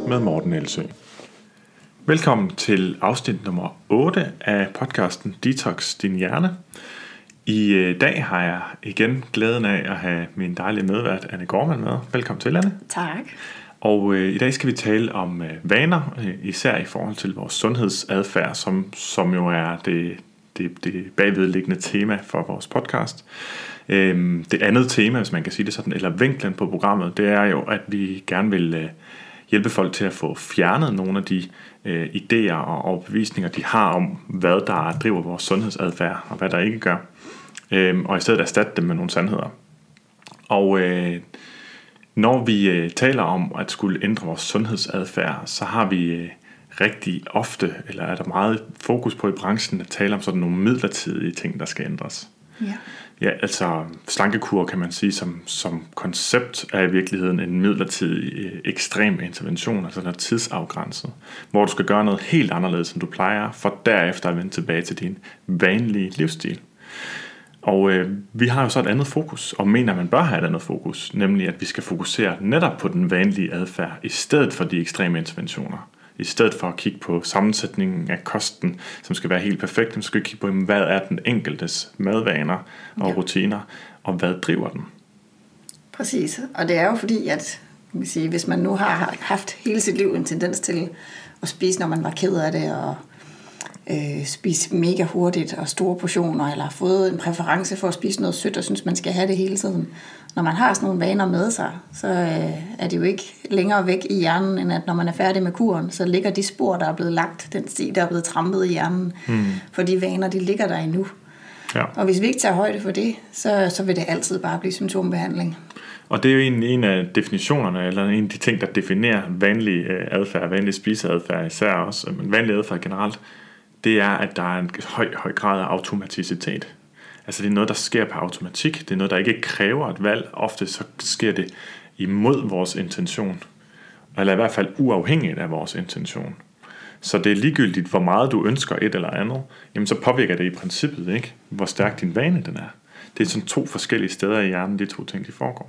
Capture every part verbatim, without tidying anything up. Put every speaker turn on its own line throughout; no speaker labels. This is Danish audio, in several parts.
med Morten Elsø. Velkommen til afsnit nummer otte af podcasten Detox Din Hjerne. I dag har jeg igen glæden af at have min dejlige medvært Anne Gormand med. Velkommen til, Anne.
Tak.
Og øh, i dag skal vi tale om øh, vaner, øh, især i forhold til vores sundhedsadfærd, som, som jo er det, det, det bagvedliggende tema for vores podcast. Øh, det andet tema, hvis man kan sige det sådan, eller vinklen på programmet, det er jo, at vi gerne vil øh, hjælpe folk til at få fjernet nogle af de øh, idéer og overbevisninger, de har om, hvad der driver vores sundhedsadfærd, og hvad der ikke gør. Øh, og i stedet erstatte dem med nogle sandheder. Og øh, når vi øh, taler om at skulle ændre vores sundhedsadfærd, så har vi øh, rigtig ofte, eller er der meget fokus på i branchen, at tale om sådan nogle midlertidige ting, der skal ændres.
Ja.
Ja, altså slankekur kan man sige som, som koncept er i virkeligheden en midlertidig øh, ekstrem intervention, altså noget tidsafgrænset, hvor du skal gøre noget helt anderledes, end du plejer, for derefter at vende tilbage til din vanlige livsstil. Og øh, vi har jo så et andet fokus, og mener, at man bør have et andet fokus, nemlig at vi skal fokusere netop på den vanlige adfærd, i stedet for de ekstreme interventioner. I stedet for at kigge på sammensætningen af kosten, som skal være helt perfekt, så skal vi kigge på, hvad er den enkeltes madvaner og ja. rutiner, og hvad driver den.
Præcis, og det er jo fordi, at man kan sige, hvis man nu har haft hele sit liv en tendens til at spise, når man var ked af det, og øh, spise mega hurtigt og store portioner, eller har fået en præference for at spise noget sødt, og synes, man skal have det hele tiden. Når man har sådan nogle vaner med sig, så øh, er det jo ikke længere væk i hjernen, end at når man er færdig med kuren, så ligger de spor, der er blevet lagt, den sti, der er blevet trampet i hjernen, mm. for de vaner, de ligger der endnu. Ja. Og hvis vi ikke tager højde for det, så, så vil det altid bare blive symptombehandling.
Og det er jo en, en af definitionerne, eller en af de ting, der definerer vanlig adfærd, vanlig spiseadfærd især også, men vanlig adfærd generelt, det er, at der er en høj, høj grad af automaticitet. Altså det er noget, der sker på automatik. Det er noget, der ikke kræver et valg. Ofte så sker det imod vores intention. Eller i hvert fald uafhængigt af vores intention. Så det er ligegyldigt, hvor meget du ønsker et eller andet. Jamen så påvirker det i princippet ikke, hvor stærk din vane den er. Det er sådan to forskellige steder i hjernen, de to ting, de foregår.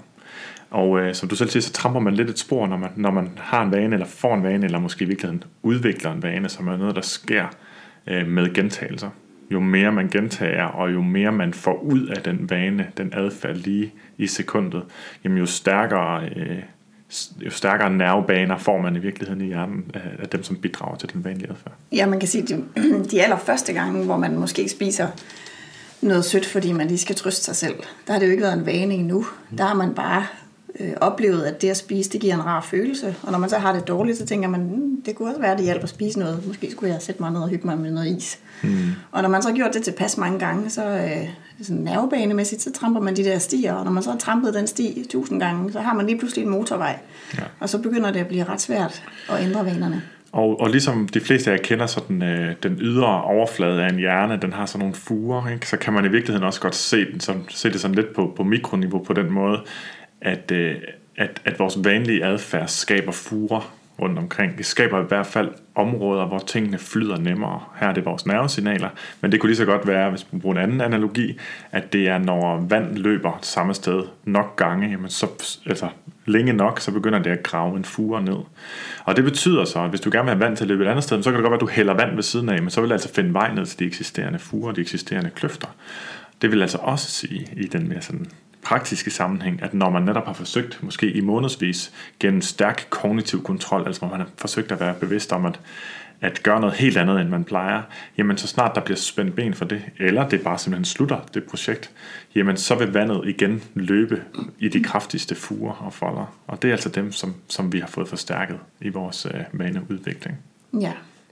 Og øh, som du selv siger, så tramper man lidt et spor, når man, når man har en vane, eller får en vane, eller måske i virkeligheden udvikler en vane, som er noget, der sker øh, med gentagelser. Jo mere man gentager, og jo mere man får ud af den vane, den adfærd lige i sekundet, jamen jo stærkere, øh, jo stærkere nervebaner får man i virkeligheden i hjernen af dem, som bidrager til den vanlige adfærd.
Ja, man kan sige, de, de allerførste gange, hvor man måske ikke spiser noget sødt, fordi man lige skal trøste sig selv, der har det jo ikke været en vane endnu. Der har man bare øh, oplevet, at det at spise, det giver en rar følelse. Og når man så har det dårligt, så tænker man, hm, det kunne også være, at det hjælper at spise noget. Måske skulle jeg sætte mig ned og hygge mig med noget is. Mm. Og når man så har gjort det tilpas mange gange, så øh, sådan nervebanemæssigt, så tramper man de der stier. Og når man så har trampet den sti tusind gange, så har man lige pludselig en motorvej. Ja. Og så begynder det at blive ret svært at ændre vanerne.
Og, og ligesom de fleste af jer kender sådan, øh, den ydre overflade af en hjerne, den har sådan nogle furer, ikke? Så kan man i virkeligheden også godt se, den, som, se det sådan lidt på, på mikroniveau på den måde, at, øh, at, at vores vanlige adfærd skaber furer rundt omkring. Det skaber i hvert fald områder, hvor tingene flyder nemmere. Her er det vores nervesignaler, men det kunne lige så godt være, hvis man bruger en anden analogi, at det er, når vand løber samme sted nok gange, jamen så, altså længe nok, så begynder det at grave en fure ned. Og det betyder så, at hvis du gerne vil have vand til at løbe et andet sted, så kan det godt være, at du hælder vand ved siden af, men så vil det altså finde vej ned til de eksisterende furer, de eksisterende kløfter. Det vil altså også sige i den mere sådan praktiske sammenhæng, at når man netop har forsøgt, måske i månedsvis, gennem stærk kognitiv kontrol, altså hvor man har forsøgt at være bevidst om at, at gøre noget helt andet, end man plejer, jamen så snart der bliver spændt ben for det, eller det bare simpelthen slutter, det projekt, jamen så vil vandet igen løbe i de kraftigste furer og folder. Og det er altså dem, som, som vi har fået forstærket i vores øh, vaneudvikling.
Ja.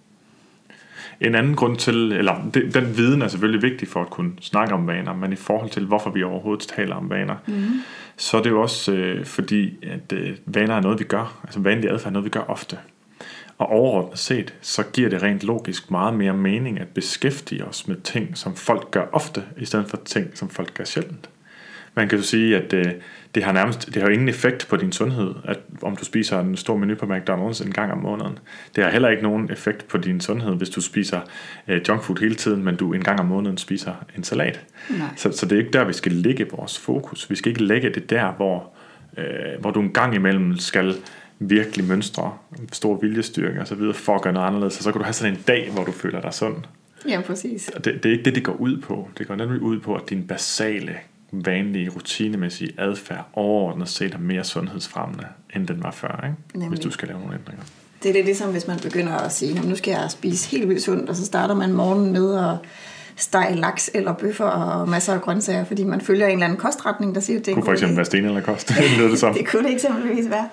En anden grund til, eller den viden er selvfølgelig vigtig for at kunne snakke om vaner, men i forhold til, hvorfor vi overhovedet taler om vaner, mm-hmm. så er det jo også øh, fordi, at øh, vaner er noget, vi gør. Altså vanlig adfærd er noget, vi gør ofte. Og overordnet set, så giver det rent logisk meget mere mening at beskæftige os med ting, som folk gør ofte, i stedet for ting, som folk gør sjældent. Man kan jo sige, at øh, det har nærmest, det har jo ingen effekt på din sundhed, at om du spiser en stor menu på McDonald's en gang om måneden. Det har heller ikke nogen effekt på din sundhed, hvis du spiser øh, junkfood hele tiden, men du en gang om måneden spiser en salat. Så, så det er ikke der, vi skal lægge vores fokus. Vi skal ikke lægge det der, hvor, øh, hvor du en gang imellem skal virkelig mønstre, stor viljestyrke og så videre, for at gøre noget anderledes. Så, så kan du have sådan en dag, hvor du føler dig sund.
Ja, præcis.
Og det, det er ikke det, det går ud på. Det går nemlig ud på, at din basale, vanlige, rutinemæssige adfærd overordnet set er mere sundhedsfremmende, end den var før, ikke? Hvis du skal lave nogle ændringer.
Det er lidt ligesom, hvis man begynder at sige, nu skal jeg spise helt vildt sundt, og så starter man morgenen med at stege laks eller bøffer og masser af grøntsager, fordi man følger en eller anden kostretning, der siger, at det er
kunne for eksempel være sten eller kost.
det, det kunne det eksempelvis være.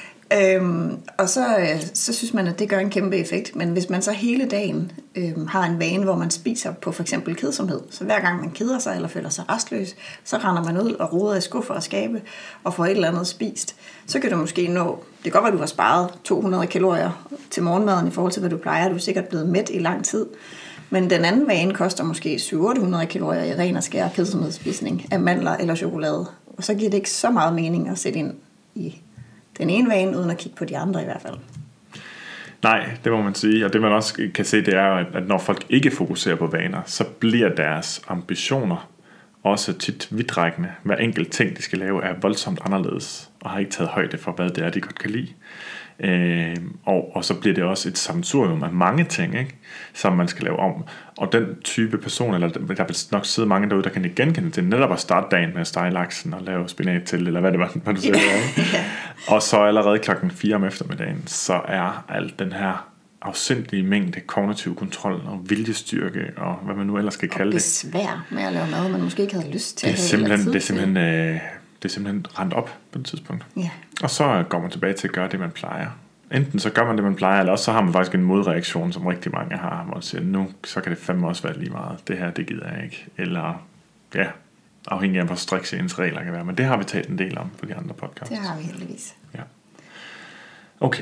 Øhm, og så, så synes man, at det gør en kæmpe effekt. Men hvis man så hele dagen øhm, har en vane, hvor man spiser på for eksempel kedsomhed, så hver gang man keder sig eller føler sig restløs, så render man ud og roder i skuffer og skabe og får et eller andet spist. Så kan du måske nå, det kan godt være, at du har sparet to hundrede kalorier til morgenmaden i forhold til, hvad du plejer. Du er sikkert blevet mæt i lang tid. Men den anden vane koster måske syv hundrede til otte hundrede kalorier i ren og skær kedsomhedsspisning af mandler eller chokolade. Og så giver det ikke så meget mening at sætte ind i den ene vane, uden at kigge på de andre i hvert fald.
Nej, det må man sige. Og det man også kan se, det er, at når folk ikke fokuserer på vaner, så bliver deres ambitioner også tit vidtrækkende. Hver enkelt ting, de skal lave, er voldsomt anderledes, og har ikke taget højde for, hvad det er, de godt kan lide. Øh, og, og så bliver det også et sammensurium af mange ting, ikke, som man skal lave om. Og den type person, eller der vil nok sidde mange derude, der kan genkende til netop at starte dagen med at stege laksen og lave spinat til, eller hvad det var, hvad du siger. Yeah. Og så allerede klokken fire om eftermiddagen, så er alt den her afsindige mængde kognitiv kontrol og viljestyrke og hvad man nu ellers skal kalde det.
Og besvær med at lave mad, man måske ikke havde lyst til.
Det er simpelthen, det er simpelthen, øh, det er simpelthen rendt op på et tidspunkt.
Ja.
Og så går man tilbage til at gøre det, man plejer. Enten så gør man det, man plejer, eller også så har man faktisk en modreaktion, som rigtig mange har, hvor man siger, nu så kan det fandme også være lige meget. Det her, det gider jeg ikke. Eller, ja, afhængig af, hvor strikse ens regler kan være. Men det har vi talt en del om på de andre podcasts.
Det har vi heldigvis.
Ja. Okay.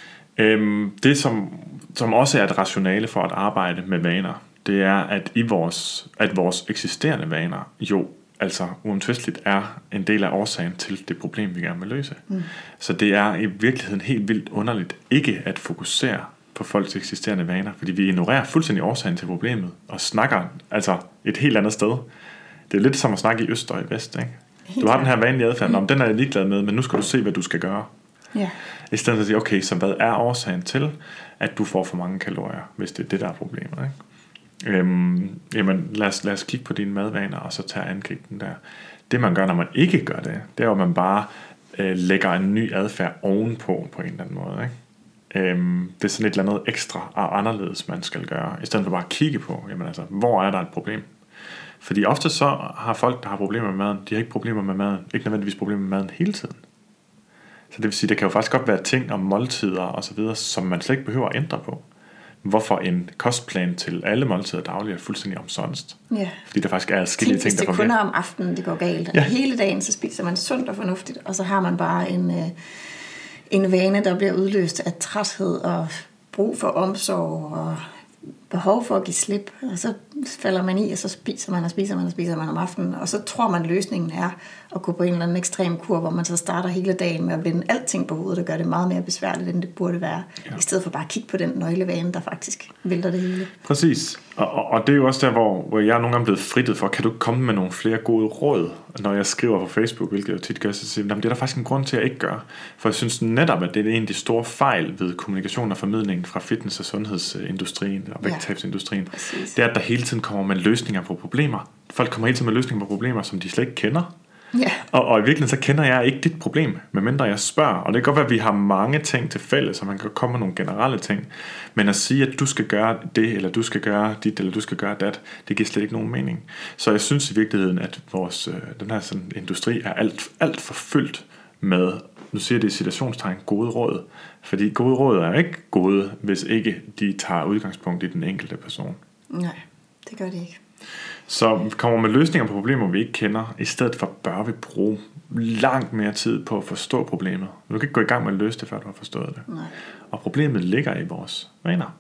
Øhm, det, som, som også er et rationale for at arbejde med vaner, det er, at, i vores, at vores eksisterende vaner jo altså uomtvisteligt er en del af årsagen til det problem, vi gerne vil løse. Mm. Så det er i virkeligheden helt vildt underligt ikke at fokusere på folks eksisterende vaner, fordi vi ignorerer fuldstændig årsagen til problemet og snakker altså et helt andet sted. Det er lidt som at snakke i øst og i vest, ikke? Du har den her vanlige adfærd, mm. den er jeg ligeglad med, men nu skal du se, hvad du skal gøre.
Ja.
I stedet for at sige, okay, så hvad er årsagen til, at du får for mange kalorier, hvis det er det, der er problemet, ikke? Øhm, jamen lad os, lad os kigge på dine madvaner og så tage angribe den der. Det man gør, når man ikke gør det, det er at man bare øh, lægger en ny adfærd ovenpå på en eller anden måde, ikke? Øhm, det er sådan et eller andet ekstra og anderledes man skal gøre, i stedet for bare at kigge på, jamen altså, hvor er der et problem? Fordi ofte så har folk, der har problemer med maden, de har ikke problemer med maden, ikke nødvendigvis problemer med maden hele tiden. Så det vil sige, det kan jo faktisk godt være ting om måltider og så videre, som man slet ikke behøver at ændre på. Hvorfor en kostplan til alle måltider dagligt er fuldstændig omsonst.
Ja.
Fordi der faktisk er forskellige ting, der
fungerer. Hvis det kun er om aftenen, det går galt. Ja. Hele dagen, så spiser man sundt og fornuftigt, og så har man bare en, øh, en vane, der bliver udløst af træthed og brug for omsorg og behov for at give slip. Og så falder man i, og så spiser man og spiser man og spiser man om aftenen. Og så tror man, løsningen er at gå på en eller anden ekstrem kur, hvor man så starter hele dagen med at vende alting på hovedet og gøre det meget mere besværligt, end det burde være. Ja. I stedet for bare at kigge på den nøglevane, der faktisk vælter det hele.
Præcis. Og, og, og det er jo også der, hvor, hvor jeg er nogle gange blevet frittet for, kan du komme med nogle flere gode råd, når jeg skriver på Facebook, hvilket jeg tit gør, så siger jeg, det er der faktisk en grund til, at jeg ikke gør. For jeg synes netop, at det er en af de store fejl ved kommunikation og formidling fra fitness- og sundhedsindustrien og vægttabsindustrien. Ja, det er, at der hele tiden kommer med løsninger på problemer. Folk kommer hele tiden med løsninger på problemer, som de slet ikke kender.
Ja.
Og, og i virkeligheden så kender jeg ikke dit problem, medmindre jeg spørger. Og det kan godt være, at vi har mange ting til fælles, så man kan komme med nogle generelle ting. Men at sige, at du skal gøre det, eller du skal gøre dit, eller du skal gøre dat, det giver slet ikke nogen mening. Så jeg synes i virkeligheden, at vores, den her sådan, industri er alt, alt for fyldt med, nu siger det i citationstegn, gode råd. Fordi gode råd er ikke gode, hvis ikke de tager udgangspunkt i den enkelte person.
Nej, det gør det ikke.
Så vi kommer med løsninger på problemer, vi ikke kender. I stedet for bør vi bruge langt mere tid på at forstå problemet. Du kan ikke gå i gang med at løse det, før du har forstået det.
Nej.
Og problemet ligger i vores vaner.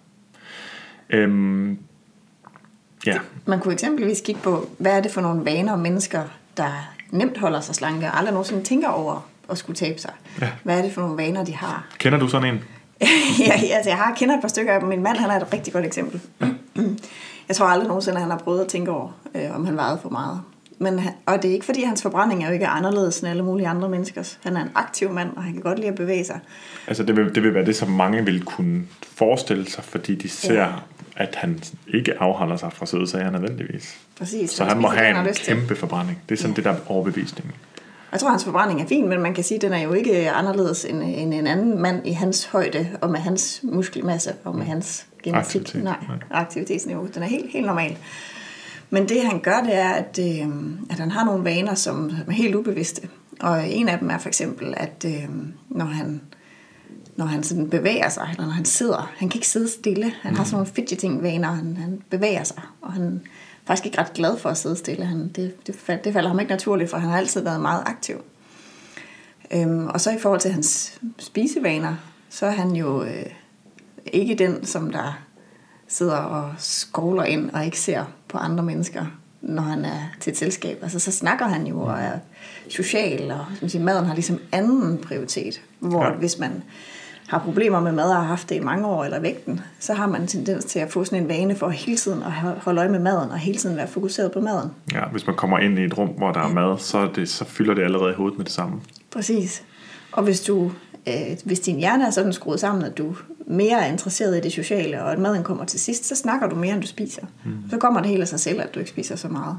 Øhm, ja.
Man kunne eksempelvis kigge på, hvad er det for nogle vaner og mennesker, der nemt holder sig slanke, og aldrig nogensinde tænker over at skulle tabe sig. Ja. Hvad er det for nogle vaner, de har?
Kender du sådan en?
ja, altså jeg har kendt et par stykker af dem. Min mand, han er et rigtig godt eksempel. Ja. Jeg tror aldrig nogensinde, at han har prøvet at tænke over, øh, om han vejede for meget. Men, og det er ikke fordi, hans forbrænding er jo ikke anderledes end alle mulige andre menneskers. Han er en aktiv mand, og han kan godt lide at bevæge sig.
Altså det vil, det vil være det, som mange vil kunne forestille sig, fordi de ser, ja. at han ikke afholder sig fra søde sager nødvendigvis.
Præcis.
Så han må have en kæmpe forbrænding. Det er sådan ja. det, der er overbevisningen.
Jeg tror, hans forbrænding er fin, men man kan sige, at den er jo ikke anderledes end, end en anden mand i hans højde, og med hans muskelmasse, og med hans genetik.
Aktivitet.
Nej, aktivitetsniveau. Den er helt, helt normal. Men det han gør, det er, at, øh, at han har nogle vaner, som er helt ubevidste. Og en af dem er for eksempel, at øh, når han, når han sådan bevæger sig, eller når han sidder, han kan ikke sidde stille. Han mm. har sådan nogle fidgeting-vaner, han, han bevæger sig, og han er faktisk ikke ret glad for at sidde stille. Han, det, det, det falder ham ikke naturligt, for han har altid været meget aktiv. Øhm, og så i forhold til hans spisevaner, så er han jo øh, ikke den, som der sidder og skovler ind og ikke ser på andre mennesker, når han er til et selskab. Altså så snakker han jo og er social, og som siger, maden har ligesom anden prioritet. Hvor ja. hvis man har problemer med mad og har haft det i mange år eller vægten, så har man en tendens til at få sådan en vane for hele tiden at holde øje med maden og hele tiden være fokuseret på maden.
Ja, hvis man kommer ind i et rum, hvor der er mad, så, er det, så fylder det allerede i hovedet med det samme.
Præcis. Og hvis du øh, hvis din hjerne er sådan skruet sammen, at du mere er interesseret i det sociale, og at maden kommer til sidst, så snakker du mere, end du spiser. Mm. Så kommer det helt af sig selv, at du ikke spiser så meget.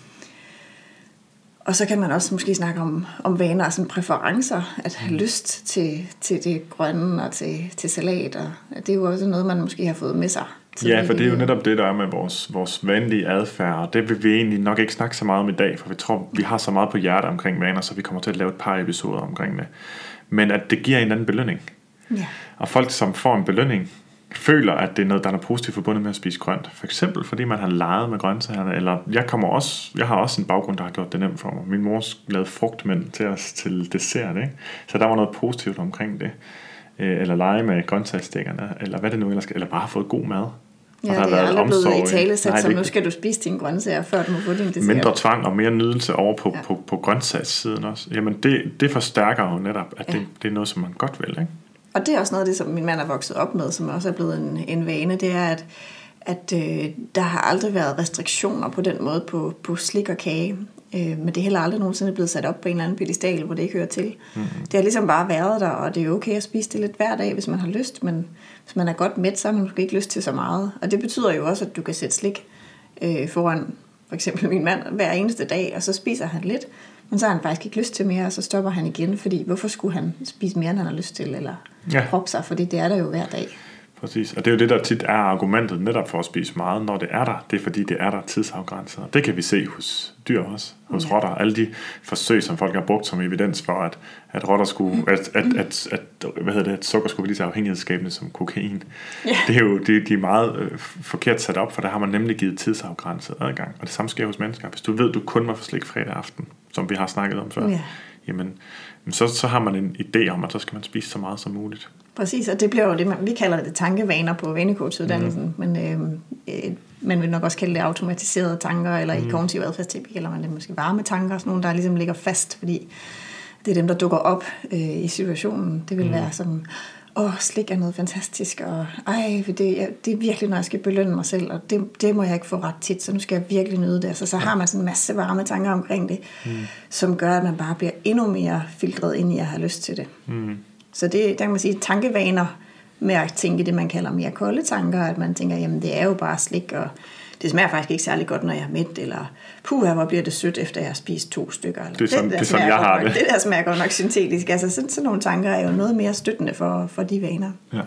Og så kan man også måske snakke om, om vaner og sådan præferencer, at have lyst til, til det grønne og til, til salat. Og det er jo også noget, man måske har fået med sig.
Ja, for det er jo netop det, der er med vores, vores vanlige adfærd, og det vil vi egentlig nok ikke snakke så meget om i dag, for vi tror, vi har så meget på hjertet omkring vaner, så vi kommer til at lave et par episoder omkring det. Men at det giver en anden belønning.
Ja.
Og folk, som får en belønning, føler, at det er noget, der er positivt forbundet med at spise grønt. For eksempel, fordi man har leget med grøntsagerne, eller jeg kommer også, jeg har også en baggrund, der har gjort det nemt for mig. Min mor lavede frugtmænd til os til dessert, ikke? Så der var noget positivt omkring det. Eller lege med grøntsagsstikkerne, eller hvad det nu ellers skal, eller bare have fået god mad.
Ja, det er aldrig blevet i talesæt, så nu skal du spise dine grøntsager, før du må få din dessert.
Mindre tvang og mere nydelse over på, ja. på, på grøntsagssiden også. Jamen det, det forstærker jo netop, at ja. det, det er noget, som man godt vil, ikke?
Og det er også noget af det, som min mand er vokset op med, som også er blevet en, en vane, det er, at, at øh, der har aldrig været restriktioner på den måde på, på slik og kage. Øh, men det er heller aldrig nogensinde blevet sat op på en eller anden pedestal, hvor det ikke hører til. Mm-hmm. Det har ligesom bare været der, og det er okay at spise det lidt hver dag, hvis man har lyst, men hvis man er godt mæt, så har man måske ikke lyst til så meget. Og det betyder jo også, at du kan sætte slik øh, foran for eksempel min mand hver eneste dag, og så spiser han lidt, men så har han faktisk ikke lyst til mere, og så stopper han igen, fordi hvorfor skulle han spise mere, end han har lyst til, eller ja. proppe sig, fordi det er der jo hver dag.
Præcis, og det er jo det, der tit er argumentet netop for at spise meget, når det er der. Det er fordi, det er der tidsafgrænset. Det kan vi se hos dyr også, hos ja. rotter. Alle de forsøg, som folk har brugt som evidens for, at, at rotter skulle, at, at, at, at, hvad hedder det, at sukker skulle være lige så afhængighedsskabende som kokain. Ja. Det er jo det, de er meget øh, forkert sat op, for der har man nemlig givet tidsafgrænset adgang. Og det samme sker hos mennesker. Hvis du ved, du kun må få slik fredag aften, som vi har snakket om før, ja. jamen, så, så har man en idé om, at så skal man spise så meget som muligt.
Præcis, og det bliver jo det, vi kalder det tankevaner på vanecoachuddannelsen, mm. men øh, øh, man vil nok også kalde det automatiserede tanker, eller mm. i kognitiv adfærdsterapi kalder man det måske varme tanker, sådan nogle, der ligesom ligger fast, fordi det er dem, der dukker op øh, i situationen. Det vil mm. være sådan, åh, slik er noget fantastisk, og ej, det, det er virkelig, når jeg skal belønne mig selv, og det, det må jeg ikke få ret tit, så nu skal jeg virkelig nyde det. Altså, så har man sådan en masse varme tanker omkring det, mm. som gør, at man bare bliver endnu mere filtreret ind i at have lyst til det. Mm. Så det, der kan man sige, tankevaner med at tænke det, man kalder mere kolde tanker, at man tænker, jamen det er jo bare slik, og det smager faktisk ikke særlig godt, når jeg er mæt, eller puha, hvor bliver det sødt, efter jeg har spist to stykker. Eller,
det er sådan, det, der, det er sådan jeg har
nok,
det.
Det der smager godt nok syntetisk. Altså sådan, sådan nogle tanker er jo noget mere støttende for, for de vaner. Ja.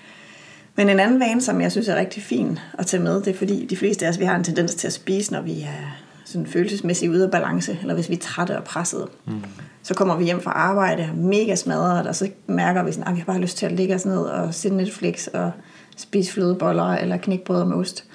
Men en anden vane, som jeg synes er rigtig fin at tage med, det er fordi de fleste af os, vi har en tendens til at spise, når vi er sådan følelsesmæssigt ude af balance, eller hvis vi er trætte og presset. Mm. Så kommer vi hjem fra arbejde, mega smadret, og så mærker vi sådan, at vi har bare lyst til at ligge os ned og se Netflix og spise flødeboller eller knækbrød med ost.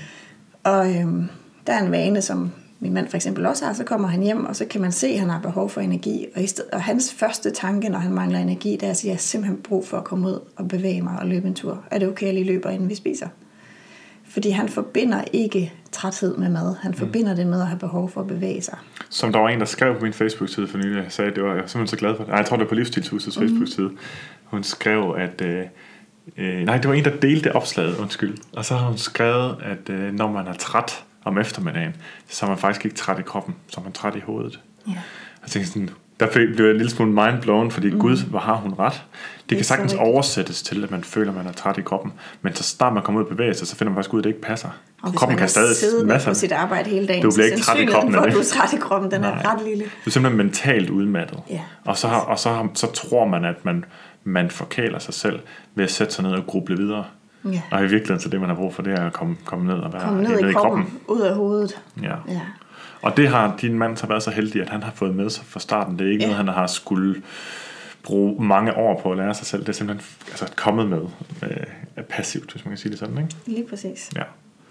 Og øhm, der er en vane, som min mand for eksempel også har, så kommer han hjem, og så kan man se, at han har behov for energi. Og, i sted, og hans første tanke, når han mangler energi, det er at sige, at jeg har simpelthen brug for at komme ud og bevæge mig og løbe en tur. Er det okay, at jeg lige løber, inden vi spiser? Fordi han forbinder ikke træthed med mad. Han forbinder mm. det med at have behov for at bevæge sig.
Som der var en, der skrev på min Facebook-side for nylig, jeg sagde, det var jeg var simpelthen så glad for det. Nej, jeg tror, det var på Livsstilshusets mm. Facebook-side. Hun skrev, at... Øh, øh, nej, det var en, der delte opslaget, undskyld. Og så har hun skrevet, at øh, når man er træt, om eftermiddagen, så er man faktisk ikke træt i kroppen, så er man træt i hovedet.
Ja.
Jeg tænkte sådan, der blev jeg en lille smule mindblown, fordi mm. Gud, hvor har hun ret? Det, det kan sagtens oversættes til, at man føler, at man er træt i kroppen, men så snart man kommer ud og bevæger sig, så finder man faktisk ud, at det ikke passer.
Og kroppen kan stadig sidde på sit arbejde hele dagen,
du bliver ikke træt i kroppen,
for, du er træt i kroppen, den Nej. er ret lille.
Du er simpelthen mentalt udmattet.
Ja.
Og, så, har, og så, så tror man, at man, man forkæler sig selv ved at sætte sig ned og gruble videre. Ja. Og i virkeligheden, så det man har brug for, det er at komme, komme ned og være
komme ned,
ned
i,
i kroppen.
kroppen, ud af hovedet.
Ja.
Ja.
Og det har din mand så været så heldig, at han har fået med sig fra starten. Det er ikke ja. noget, han har skulle bruge mange år på at lære sig selv. Det er simpelthen altså, kommet med øh, passivt, hvis man kan sige det sådan, ikke?
Lige præcis.
Ja.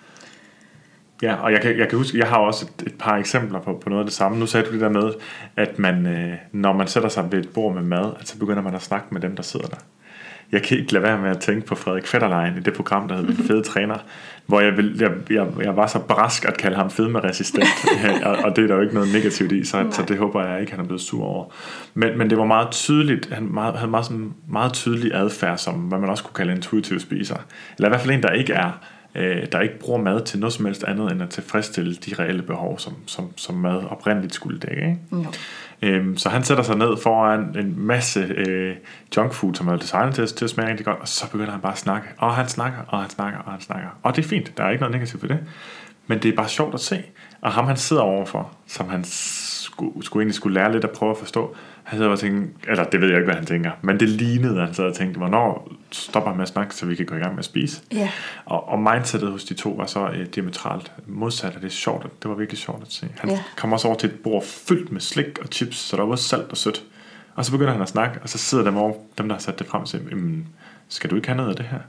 Ja, og jeg kan, jeg kan huske, jeg har også et, et par eksempler på, på noget af det samme. Nu sagde du det der med, at man, øh, når man sætter sig ved et bord med mad, at så begynder man at snakke med dem, der sidder der. Jeg kan ikke lade være med at tænke på Frederik Fetterlein i det program, der hedder Den Fede Træner, hvor jeg, vil, jeg, jeg, jeg var så brask at kalde ham fedmeresistent, og, og det er der jo ikke noget negativt i, så, så det håber jeg ikke, han er blevet sur over. Men, men det var meget tydeligt, han meget, havde meget, sådan, meget tydelig adfærd, som hvad man også kunne kalde intuitiv spiser. Eller i hvert fald en, der ikke er, øh, der ikke bruger mad til noget som helst andet, end at tilfredsstille de reelle behov, som, som, som mad oprindeligt skulle dække, ikke? No. Øhm, så han sætter sig ned foran en masse øh, junkfood, som er designet til, til at smage rigtig godt, og så begynder han bare at snakke, og han snakker, og han snakker, og han snakker, og det er fint, der er ikke noget negativt ved det, men det er bare sjovt at se, og ham han sidder overfor, som han skulle, skulle egentlig skulle lære lidt at prøve at forstå, han sidder og tænker, eller det ved jeg ikke, hvad han tænker, men det lignede, han sad og tænkte, hvornår stopper han med at snakke, så vi kan gå i gang med at spise. Yeah. Og, og mindsetet hos de to var så eh, diametralt modsat, og det er sjovt, det var virkelig sjovt at se. Han yeah. kom også over til et bord fyldt med slik og chips, så der var salt og sødt. Og så begynder han at snakke, og så sidder dem over, dem der har sat det frem, og siger, skal du ikke have noget af det her?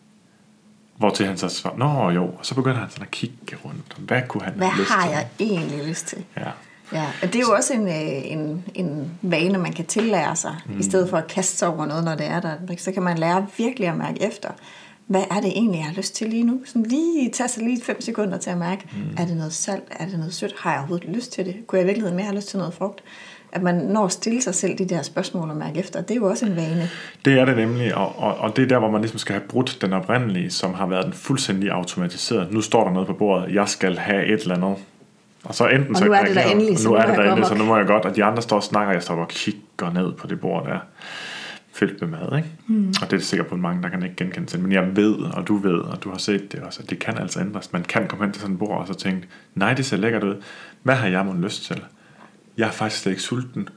Hvortil han så svarer, nå jo, og så begynder han sådan at kigge rundt, hvad kunne han
hvad
have lyst til?
Hvad har jeg egentlig lyst til?
Ja.
Ja, og det er jo også en, en, en vane, man kan tillære sig, mm. i stedet for at kaste sig over noget, når det er der. Så kan man lære virkelig at mærke efter, hvad er det egentlig, jeg har lyst til lige nu? Så lige tage sig lige fem sekunder til at mærke, mm. er det noget salt, er det noget sødt, har jeg overhovedet lyst til det? Kunne jeg i virkeligheden mere have lyst til noget frugt? At man når at stille sig selv de der spørgsmål og mærke efter, det er jo også en vane.
Det er det nemlig, og, og, og det er der, hvor man ligesom skal have brudt den oprindelige, som har været den fuldstændig automatiseret. Nu står der noget på bordet, jeg skal have et eller andet. Og så enten
og
så
nu er det der endelig,
så nu, nu er det der endelig, så nu må jeg godt, og de andre står og snakker, og jeg står og kigger ned på det bord der, fyldt med mad, ikke? Mm. Og det er sikkert på mange, der kan ikke genkende til, men jeg ved, og du ved, og du har set det også, at det kan altså ændres. Man kan komme hen til sådan et bord og så tænke, nej, det ser lækkert ud. Hvad har jeg måske lyst til? Jeg er faktisk slet ikke sulten.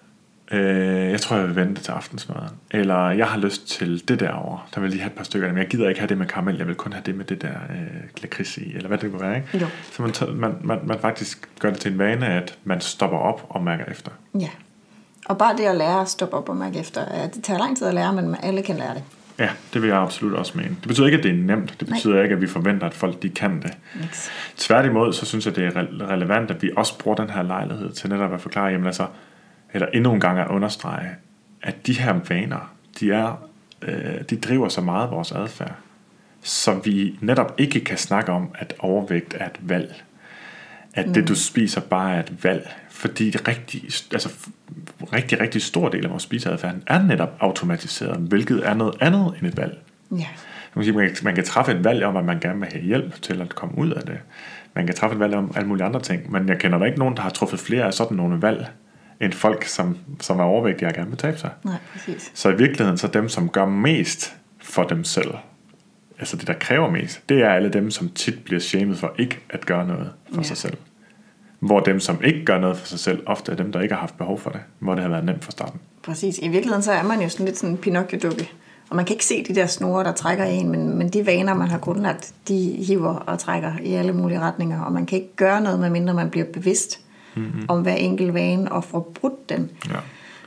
Øh, jeg tror, jeg vil vente til aftensmaden. Eller jeg har lyst til det derovre. Der vil lige have et par stykker. Men jeg gider ikke have det med karamel. Jeg vil kun have det med det der øh, lakrids i. Eller hvad det kunne være, ikke? Jo. Så man, t- man, man, man faktisk gør det til en vane, at man stopper op og mærker efter.
Ja. Og bare det at lære at stoppe op og mærke efter. Det tager lang tid at lære, men alle kan lære det.
Ja, det vil jeg absolut også mene. Det betyder ikke, at det er nemt. Det betyder Nej. ikke, at vi forventer, at folk de kan det. Yes. Tværtimod, så synes jeg, det er re- relevant, at vi også bruger den her lejlighed til netop at forklare, jamen altså, eller endnu en gang at understrege, at de her vaner, de, er, øh, de driver så meget vores adfærd, så vi netop ikke kan snakke om, at overvægt er et valg. At mm. det, du spiser, bare er et valg. Fordi det rigtig, altså, rigtig, rigtig stor del af vores spiseadfærd er netop automatiseret, hvilket er noget andet end et valg. Ja. Man kan sige, man kan, man kan træffe et valg om, at man gerne vil have hjælp til at komme ud af det. Man kan træffe et valg om alle mulige andre ting, men jeg kender da ikke nogen, der har truffet flere af sådan nogle valg, end folk, som, som er overvægtige og gerne vil tabe sig.
Nej, præcis.
Så i virkeligheden, så dem, som gør mest for dem selv, altså det, der kræver mest, det er alle dem, som tit bliver shamed for ikke at gøre noget for ja. sig selv. Hvor dem, som ikke gør noget for sig selv, ofte er dem, der ikke har haft behov for det, hvor det har været nemt fra starten.
Præcis. I virkeligheden, så er man jo sådan lidt sådan en Pinocchio-dukke. Og man kan ikke se de der snore, der trækker en, men, men de vaner, man har grundlagt, de hiver og trækker i alle mulige retninger. Og man kan ikke gøre noget, medmindre man bliver bevidst mm-hmm. om hver enkelt vane og får brudt den. Ja.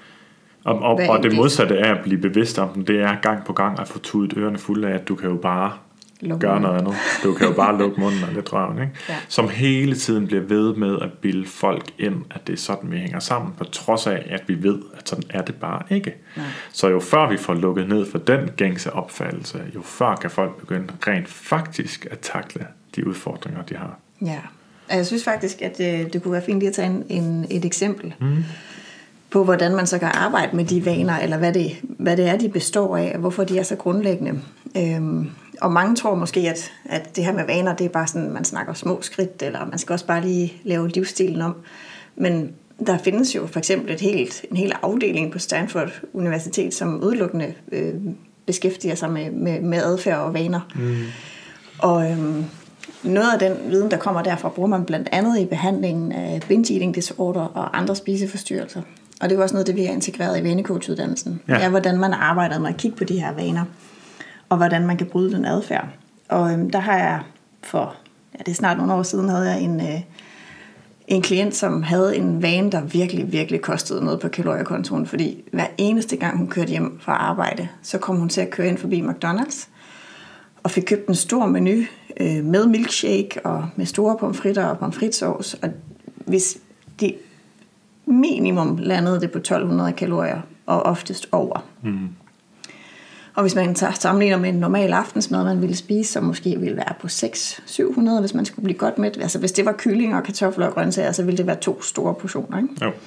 Og, og, og det modsatte af at blive bevidst om den, det er gang på gang at få tudet ørerne fulde af, at du kan jo bare Luk gøre noget andet. Du kan jo bare lukke munden og lidt røven, ikke? Ja. Som hele tiden bliver ved med at bilde folk ind, at det er sådan, vi hænger sammen, på trods af, at vi ved, at sådan er det bare ikke. Nej. Så jo før vi får lukket ned for den gængse opfattelse, jo før kan folk begynde rent faktisk at takle de udfordringer, de har.
Ja, jeg synes faktisk, at det, det kunne være fint lige at tage en, en, et eksempel mm. på, hvordan man så kan arbejde med de vaner, eller hvad det, hvad det er, de består af, og hvorfor de er så grundlæggende. Øhm, og mange tror måske, at, at det her med vaner, det er bare sådan, man snakker små skridt, eller man skal også bare lige lave livsstilen om. Men der findes jo for eksempel et helt, en hel afdeling på Stanford Universitet, som udelukkende øh, beskæftiger sig med, med, med adfærd og vaner. Mm. Og øhm, noget af den viden, der kommer derfra, bruger man blandt andet i behandlingen af binge eating disorder og andre spiseforstyrrelser. Og det er også noget, det vi har integreret i vanecoachuddannelsen. Ja. Det er, hvordan man arbejder med at kigge på de her vaner, og hvordan man kan bryde den adfærd. Og øhm, der har jeg for, ja, det er snart nogle år siden, havde jeg en, øh, en klient, som havde en vane, der virkelig, virkelig kostede noget på kaloriekontoen, fordi hver eneste gang, hun kørte hjem fra arbejde, så kom hun til at køre ind forbi McDonald's, og fik købt en stor menu øh, med milkshake, og med store pomfritter og pomfritsauce, og hvis de minimum landede det på tolv hundrede kalorier, og oftest over. Mm. Og hvis man tager, sammenligner med en normal aftensmad, man ville spise, så måske ville være på seks til syv hundrede, hvis man skulle blive godt mæt. Altså hvis det var kylling og kartofler og grøntsager, så ville det være to store portioner, ikke? Jo.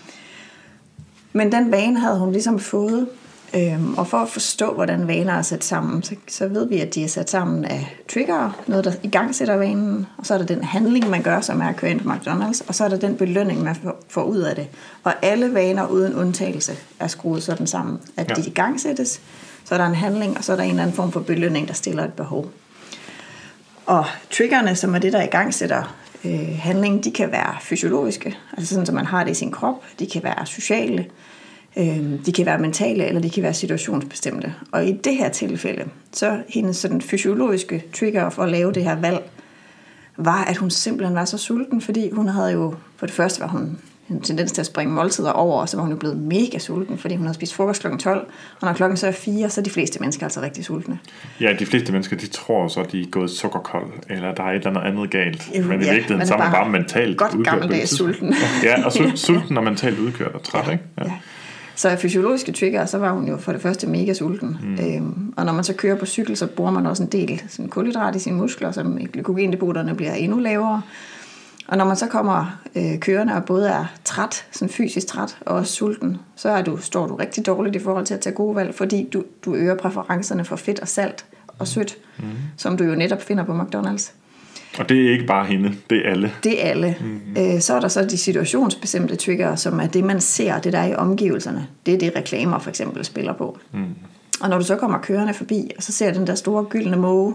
Men den vane havde hun ligesom fået, øhm, og for at forstå, hvordan vaner er sat sammen, så, så ved vi, at de er sat sammen af trigger, noget der igangsætter vanen, og så er der den handling, man gør, som er at køre ind på McDonald's, og så er der den belønning, man får ud af det. Og alle vaner uden undtagelse er skruet sådan sammen, at ja. de igangsættes, så er der en handling, og så er der en eller anden form for belønning, der stiller et behov. Og triggerne, som er det, der igangsætter øh, handlingen, de kan være fysiologiske, altså sådan, som man har det i sin krop. De kan være sociale, øh, de kan være mentale, eller de kan være situationsbestemte. Og i det her tilfælde, så hendes sådan fysiologiske trigger for at lave det her valg, var, at hun simpelthen var så sulten, fordi hun havde jo, for det første var hun en tendens til at springe måltider over, og så var hun jo blevet mega sulten, fordi hun havde spist frokost klokken tolv, og når klokken så er fire, så er de fleste mennesker altså rigtig sultne.
Ja, de fleste mennesker, de tror så, at de er gået sukkerkold, eller der er et eller andet andet galt.
Ja,
men i virkeligheden, så er man bare mentalt
godt
udkørt.
Godt gammeldags sulten.
Ja, og sulten og mentalt udkørt og træt,
ja, ikke? Ja. Ja. Så af fysiologiske trigger, så var hun jo for det første mega sulten. Mm. Øhm, og når man så kører på cykel, så bruger man også en del sådan kulhydrat i sine muskler, så glykogendepoterne bliver endnu lavere. Og når man så kommer øh, kørende og både er træt, sådan fysisk træt og også sulten, så er du, står du rigtig dårligt i forhold til at tage gode valg, fordi du, du øger præferencerne for fedt og salt og sødt, mm. som du jo netop finder på McDonald's.
Og det er ikke bare hende, det er alle.
Det er alle. Mm-hmm. Øh, så er der så de situationsbestemte trigger, som er det, man ser, det der er i omgivelserne. Det er det, reklamer for eksempel spiller på. Mm. Og når du så kommer kørende forbi, og så ser den der store gyldne måge,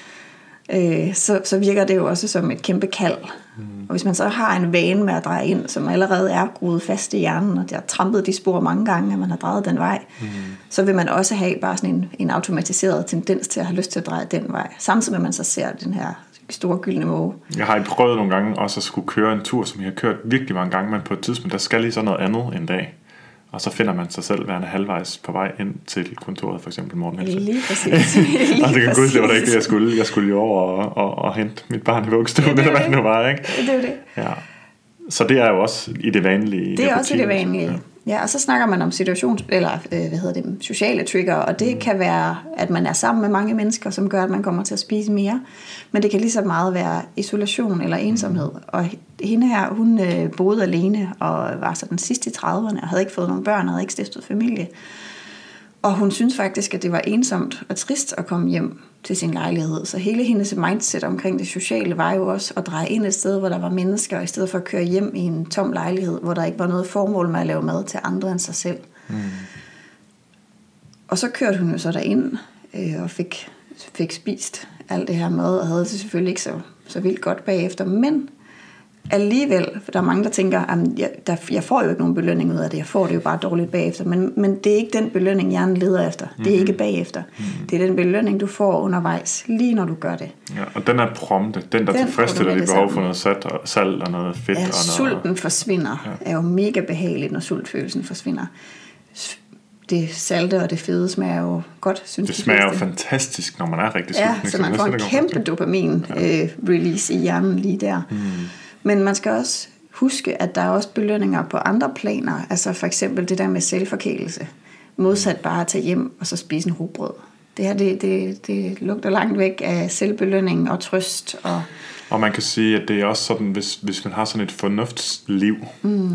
øh, så, så virker det jo også som et kæmpe kald. Mm. Og hvis man så har en vane med at dreje ind, som allerede er groet fast i hjernen, og der har trampet de spor mange gange, at man har drejet den vej, mm. så vil man også have bare sådan en, en automatiseret tendens til at have lyst til at dreje den vej. Samtidig med, at man så ser den her store gyldne måge.
Jeg har prøvet nogle gange også at skulle køre en tur, som jeg har kørt virkelig mange gange, men på et tidspunkt, der skal lige så noget andet en dag. Og så finder man sig selv værende halvvejs på vej ind til kontoret, for eksempel morgenhelse.
Lige præcis. Lige
og det kan godt, det var da ikke det, jeg skulle. Jeg skulle jo over og, og, og hente mit barn i vuggestuen, eller hvad det nu var, ikke?
Det er det.
Ja. Så det er jo også i det vanlige.
Det er også i det vanlige. Ja. Ja, og så snakker man om situations eller øh, hvad hedder det, sociale trigger, og det mm. kan være, at man er sammen med mange mennesker, som gør, at man kommer til at spise mere. Men det kan lige så meget være isolation eller ensomhed. Mm. Og hende her, hun øh, boede alene og var så den sidste i trediverne og havde ikke fået nogen børn, havde ikke stiftet familie. Og hun synes faktisk, at det var ensomt og trist at komme hjem til sin lejlighed. Så hele hendes mindset omkring det sociale var jo også at dreje ind et sted, hvor der var mennesker, i stedet for at køre hjem i en tom lejlighed, hvor der ikke var noget formål med at lave mad til andre end sig selv. Mm. Og så kørte hun jo så derind øh, og fik, fik spist alt det her mad, og havde det selvfølgelig ikke så, så vildt godt bagefter. Men alligevel, for der er mange, der tænker, at jeg, der, jeg får jo ikke nogen belønning ud af det, jeg får det jo bare dårligt bagefter, men, men det er ikke den belønning, hjernen leder efter. Det er mm-hmm. ikke bagefter. Mm-hmm. Det er den belønning, du får undervejs, lige når du gør det.
Ja, og den er prompte, den der tilfredsstiller dit behov for noget salt og, salt og noget fedt.
Ja,
og noget,
sulten forsvinder, ja. Er jo mega behageligt, når sultfølelsen forsvinder. Det salte og det fede smager jo godt, synes
det smager jo fantastisk, når man er rigtig
ja,
sulten.
Ja, så man får en kæmpe dopamin-release ja. øh, i hjernen lige der. Mm. Men man skal også huske, at der er også belønninger på andre planer. Altså for eksempel det der med selvforkælelse. Modsat bare at tage hjem og så spise en rugbrød. Det her, det, det, det lugter langt væk af selvbelønning og trøst. Og,
og man kan sige, at det er også sådan, hvis, hvis man har sådan et fornuftsliv, mm.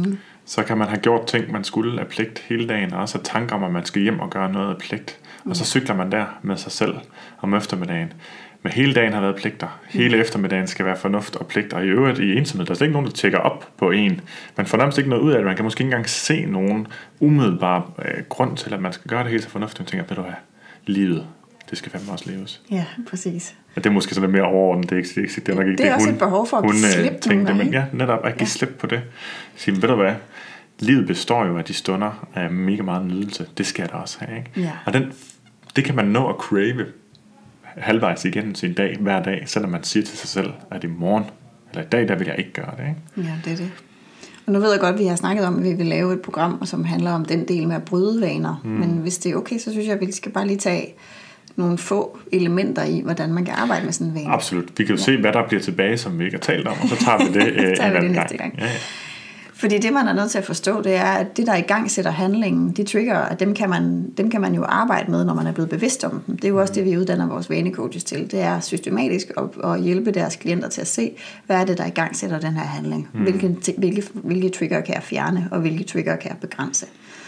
så kan man have gjort ting, man skulle af pligt hele dagen, og også have tanker om, at man skal hjem og gøre noget af pligt. Og så cykler man der med sig selv om eftermiddagen. Men hele dagen har været pligter. Hele eftermiddagen skal være fornuft og pligt. Og i øvrigt i ensomhed, der er slet ikke nogen, der tjekker op på en. Man får nærmest ikke noget ud af det. Man kan måske ikke engang se nogen umiddelbare øh, grund til, at man skal gøre det hele så fornuftigt. Man tænker, ved du hvad, livet, det skal fandme også leves.
Ja, præcis.
Og det er måske sådan lidt mere overordnet. Det er, ikke, det er nok ikke
det er
det,
også
hun,
et behov for at
hun,
give slip
tænkte,
nogle
men ja, netop at give ja. slip på det. Sige, ved du hvad, livet består jo af de stunder af mega meget nydelse. Det skal jeg da også have, ikke?
Ja.
Og den, det kan man nå at crave halvvejs igennem sin dag, hver dag, selvom man siger til sig selv, at i morgen, eller i dag, der vil jeg ikke gøre det, ikke?
Ja, det er det. Og nu ved jeg godt, at vi har snakket om, at vi vil lave et program, som handler om den del med at bryde vaner. Mm. Men hvis det er okay, så synes jeg, at vi skal bare lige tage nogle få elementer i, hvordan man kan arbejde med sådan en vane.
Absolut. Vi kan jo ja. se, hvad der bliver tilbage, som vi ikke har talt om, og så tager vi det, øh,
tager vi det
en
næste
gang.
gang.
Ja, ja.
Fordi det, man er nødt til at forstå, det er, at det, der i gang sætter handlingen, de trigger, at dem kan, man, dem kan man jo arbejde med, når man er blevet bevidst om dem. Det er jo også det, vi uddanner vores vanecoaches til. Det er systematisk at, at hjælpe deres klienter til at se, hvad er det, der i gang sætter den her handling. Mm. Hvilke, hvilke, hvilke trigger kan jeg fjerne, og hvilke trigger kan jeg begrænse.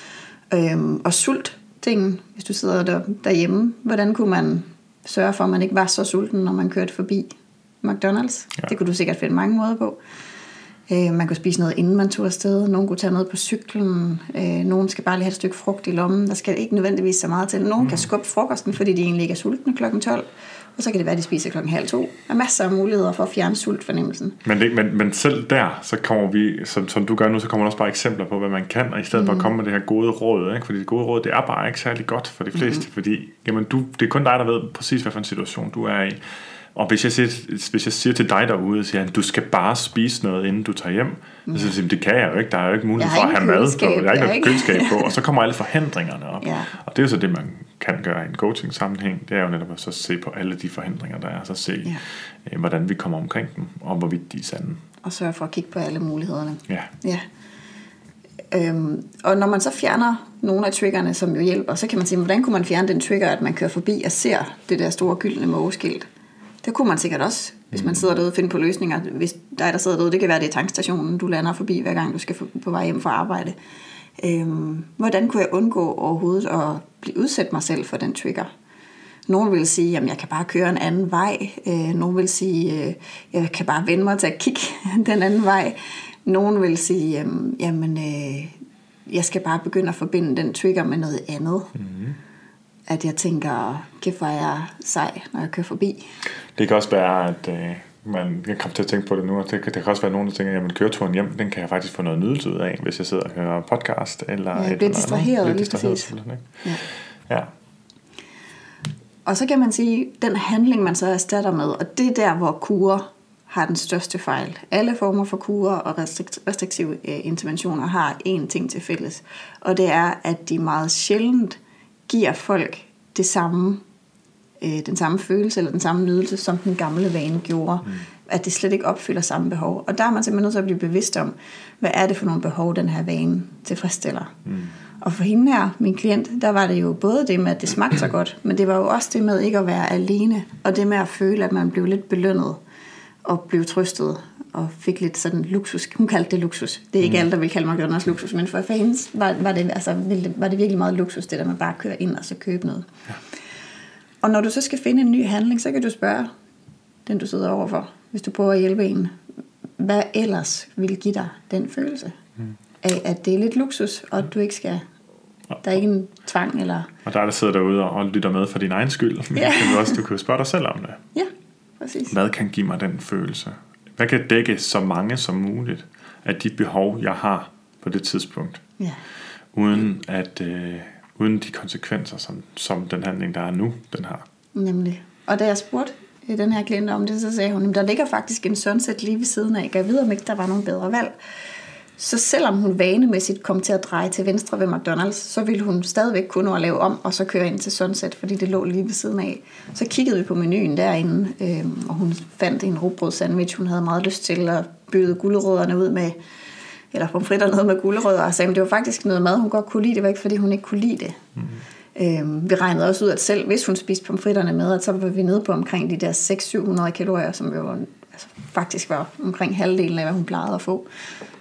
Øhm, og sult, tingen, hvis du sidder der, derhjemme, hvordan kunne man sørge for, at man ikke var så sulten, når man kørte forbi McDonald's? Ja. Det kunne du sikkert finde mange måder på. Man kunne spise noget, inden man tog afsted. Nogen kunne tage noget på cyklen. Nogen skal bare lige have et stykke frugt i lommen. Der skal ikke nødvendigvis så meget til. Nogen mm. kan skubbe frokosten, fordi de egentlig ikke er sultne klokken tolv. Og så kan det være, at de spiser klokken halv to. Der er masser af muligheder for at fjerne sultfornemmelsen.
Men, det, men, men selv der, så kommer vi, som, som du gør nu, så kommer der også bare eksempler på, hvad man kan, og i stedet mm. for at komme med det her gode råd. Ikke? Fordi det gode råd, det er bare ikke særlig godt for de fleste. Mm. Fordi jamen, du, det er kun dig, der ved præcis, hvad for en situation du er i. Og hvis jeg siger, hvis jeg siger til dig derude, siger han, du skal bare spise noget, inden du tager hjem. Mm. Så siger jeg, det kan jeg jo ikke. Der er jo ikke mulighed for at have mad på. Der er ikke noget køleskab på. Og så kommer alle forhindringerne op. Ja. Og det er jo så det, man kan gøre i en coaching-sammenhæng. Det er jo netop at så se på alle de forhindringer, der er. Så se, ja. hvordan vi kommer omkring dem, og hvorvidt de er sande.
Og sørge for at kigge på alle mulighederne.
Ja.
ja. Øhm, og når man så fjerner nogle af triggerne, som jo hjælper, så kan man sige, hvordan kunne man fjerne den trigger, at man kører forbi og ser det der store gyldne mågeskilt? Det kunne man sikkert også, hvis man sidder derude og finder på løsninger. Hvis dig, der sidder derude, det kan være, det er tankstationen, du lander forbi, hver gang du skal på vej hjem fra arbejde. Øhm, hvordan kunne jeg undgå overhovedet at blive udsat mig selv for den trigger? Nogle vil sige, at jeg kan bare køre en anden vej. Øh, nogle vil sige, at øh, jeg kan bare vende mig til at kigge den anden vej. Nogle vil sige, at jamen, øh, jeg skal bare begynde at forbinde den trigger med noget andet. Mm-hmm. At jeg tænker, kæft hvor er jeg sej, når jeg kører forbi.
Det kan også være, at øh, man jeg kommer til at tænke på det nu, og det, det kan også være nogen, der tænker, at køreturen hjem, den kan jeg faktisk få noget nydelse ud af, hvis jeg sidder og hører podcast. Eller
ja,
et
bliver distraheret,
lidt
distraheret.
Ja. ja.
Og så kan man sige, den handling, man så erstatter med, og det er der, hvor kurer har den største fejl. Alle former for kurer og restriktive øh, interventioner har én ting til fælles, og det er, at de meget sjældent giver folk det samme, øh, den samme følelse eller den samme nydelse, som den gamle vane gjorde. Mm. At det slet ikke opfylder samme behov. Og der er man simpelthen nødt til at blive bevidst om, hvad er det for nogle behov, den her vane tilfredsstiller. Mm. Og for hende her, min klient, der var det jo både det med, at det smagte så godt, men det var jo også det med ikke at være alene, og det med at føle, at man blev lidt belønnet og blev trøstet og fik lidt sådan luksus. Hun kaldte det luksus. Det er ikke mm. alle, der vil kalde McDonald's luksus, men for fans var, var, det, altså, var det virkelig meget luksus, det der med bare at køre ind og så købe noget. Ja. Og når du så skal finde en ny handling, så kan du spørge den, du sidder overfor, hvis du prøver at hjælpe en, hvad ellers vil give dig den følelse mm. af, at det er lidt luksus, og at du ikke skal, der er ikke en tvang. Eller... Og
der er der sidder derude og lytter med for din egen skyld. Ja. Du, også, du kan jo spørge dig selv om det.
Ja, præcis.
Hvad kan give mig den følelse? Hvad kan dække så mange som muligt af de behov, jeg har på det tidspunkt?
Ja.
Uden, at, øh, uden de konsekvenser, som, som den handling, der er nu, den har.
Nemlig. Og da jeg spurgte den her klient om det, så sagde hun, der ligger faktisk en sunset lige ved siden af. Jeg ved, om ikke der var nogen bedre valg. Så selvom hun vanemæssigt kom til at dreje til venstre ved McDonald's, så ville hun stadigvæk kunne at lave om og så køre ind til Sunset, fordi det lå lige ved siden af. Så kiggede vi på menuen derinde, øh, og hun fandt en rugbrødssandwich, hun havde meget lyst til at byde gulerødderne ud med, eller pomfritterne ud med gulerødder, og sagde, det var faktisk noget mad, hun godt kunne lide. Det var ikke, fordi hun ikke kunne lide det. Mm-hmm. Øh, vi regnede også ud, at selv hvis hun spiste pomfritterne med, så var vi nede på omkring de der seks til syv hundrede kalorier, som jo altså, faktisk var omkring halvdelen af, hvad hun plejede at få.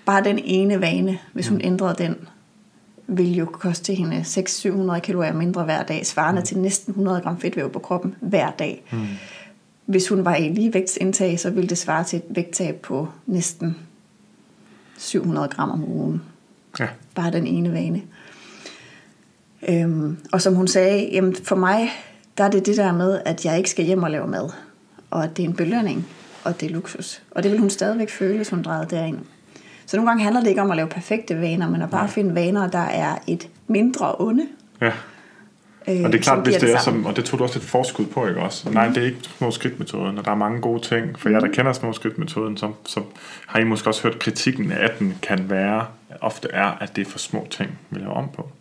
bare den ene vane, hvis hun mm. ændrede den, ville jo koste hende seks til syv hundrede kalorier mindre hver dag, svarende mm. til næsten hundrede gram fedtvæv på kroppen hver dag. Mm. Hvis hun var i ligevægtsindtag, så ville det svare til et vægttab på næsten syv hundrede gram om ugen. Ja. Bare den ene vane. Øhm, og som hun sagde, jamen for mig, der er det det der med, at jeg ikke skal hjem og lave mad. Og at det er en belønning, og det er luksus. Og det vil hun stadigvæk føle, hvis hun drejede derind. Så nogle gange handler det ikke om at lave perfekte vaner, men at bare finde vaner, der er et mindre onde. Ja.
Øh, og det er klart, hvis det er som, og det tog du også et forskud på, ikke også? Mm. Nej, det er ikke små skridtmetoden, og der er mange gode ting. For mm. jer, der kender små skridtmetoden, så, så har I måske også hørt kritikken af, at den kan være, ofte er, at det er for små ting, vi laver om på.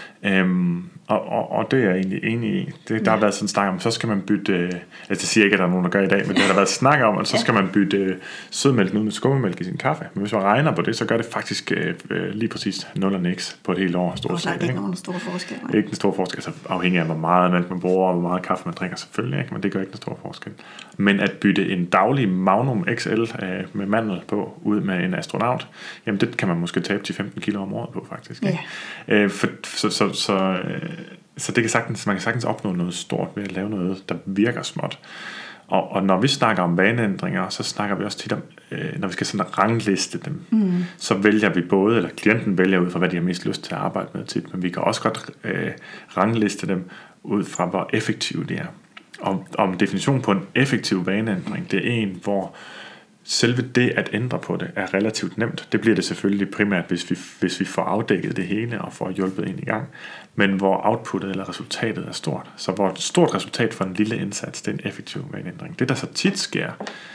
Øhm, og, og, og det er jeg egentlig enig i. Det, der ja. har været sådan en snak om, så skal man bytte, altså det siger ikke, at der er nogen, der gør i dag, men det har der været snak om, at så skal man bytte sødmælk ud med skummemælk i sin kaffe. Men hvis man regner på det, så gør det faktisk øh, lige præcis nul og niks på et helt år. Stort set,
det er ikke nogen store forskel.
Det er ikke en stor forskel, så afhængig af, hvor meget mælk man bruger, og hvor meget kaffe man drikker selvfølgelig, ikke? Men det gør ikke en stor forskel. Men at bytte en daglig Magnum X L øh, med mandel på, ud med en astronaut, jamen det kan man måske tabe til femten kilo om året på, faktisk. Ikke? Ja. Øh, for, så, så, så, øh, så det kan sagtens, man kan sagtens opnå noget stort ved at lave noget, der virker småt. Og, og når vi snakker om vaneændringer, så snakker vi også tit om, øh, når vi skal sådan rangliste dem, mm. så vælger vi både, eller klienten vælger ud fra, hvad de har mest lyst til at arbejde med tit, men vi kan også godt øh, rangliste dem ud fra, hvor effektive de er. Om, om definitionen på en effektiv vaneændring, det er en, hvor selve det at ændre på det er relativt nemt. Det bliver det selvfølgelig primært, hvis vi, hvis vi får afdækket det hele og får hjulpet ind i gang. Men hvor outputtet eller resultatet er stort. Så hvor et stort resultat for en lille indsats, det er en effektiv vaneændring. Det der så tit sker,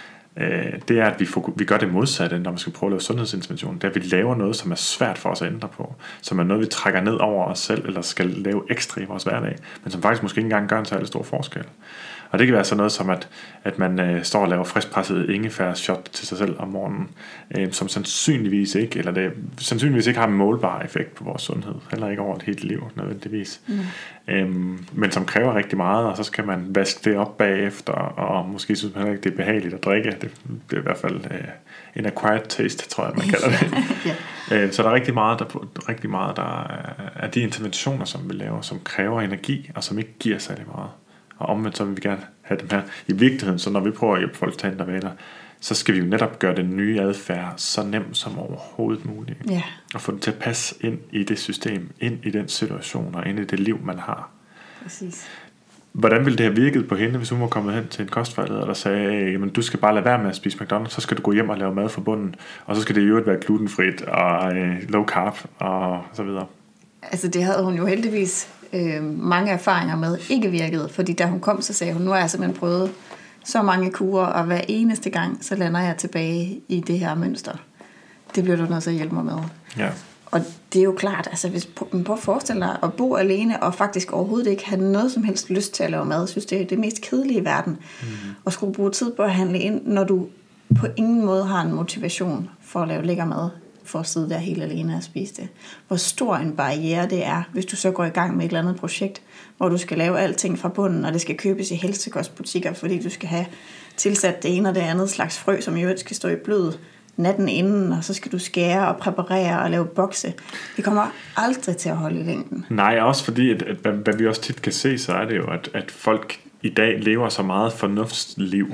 øh, det er, at vi, får, vi gør det modsatte, når vi skal prøve at lave sundhedsintervention. Det er, at vi laver noget, som er svært for os at ændre på. Som er noget, vi trækker ned over os selv, eller skal lave ekstra i vores hverdag. Men som faktisk måske ikke engang gør en særlig stor forskel. Og det kan være sådan noget som, at, at man øh, står og laver friskpresset ingefær-shot til sig selv om morgenen, øh, som sandsynligvis ikke, eller det sandsynligvis ikke har en målbar effekt på vores sundhed, heller ikke over et helt liv nødvendigvis. Mm. Øhm, men som kræver rigtig meget, og så skal man vaske det op bagefter, og måske synes man heller ikke, det er behageligt at drikke. Det, det er i hvert fald øh, en acquired taste, tror jeg, man kalder det. yeah. øh, så der er rigtig meget, der, rigtig meget, der er de interventioner, som vi laver, som kræver energi, og som ikke giver særlig meget. Og omvendt så vil vi gerne have dem her i virkeligheden, så når vi prøver at hjælpe folk til at ændre vaner, så skal vi jo netop gøre den nye adfærd så nem som overhovedet muligt. Ja. Og få den til at passe ind i det system, ind i den situation og ind i det liv, man har.
Præcis.
Hvordan ville det have virket på hende, hvis hun var kommet hen til en kostvejleder, der sagde, jamen du skal bare lade være med at spise McDonald's, så skal du gå hjem og lave mad fra bunden, og så skal det i øvrigt være glutenfrit og øh, low carb og så videre.
Altså det havde hun jo heldigvis øh, mange erfaringer med ikke virkede, fordi da hun kom, så sagde hun, nu har jeg simpelthen prøvet så mange kurer, og hver eneste gang, så lander jeg tilbage i det her mønster. Det bliver du nødt til at hjælpe mig med. Ja. Og det er jo klart, altså hvis man prøver at forestille dig at bo alene, og faktisk overhovedet ikke have noget som helst lyst til at lave mad, synes det er det mest kedelige i verden, mm. og skulle bruge tid på at handle ind, når du på ingen måde har en motivation for at lave lækker mad, for at sidde der helt alene og spise det. Hvor stor en barriere det er, hvis du så går i gang med et eller andet projekt, hvor du skal lave alting fra bunden, og det skal købes i helsekostbutikker, fordi du skal have tilsat det ene og det andet slags frø, som i øvrigt skal stå i blød natten inden, og så skal du skære og præparere og lave bokse. Det kommer aldrig til at holde i længden.
Nej, også fordi, at, at, hvad vi også tit kan se, så er det jo, at, at folk i dag lever så meget fornuftsliv.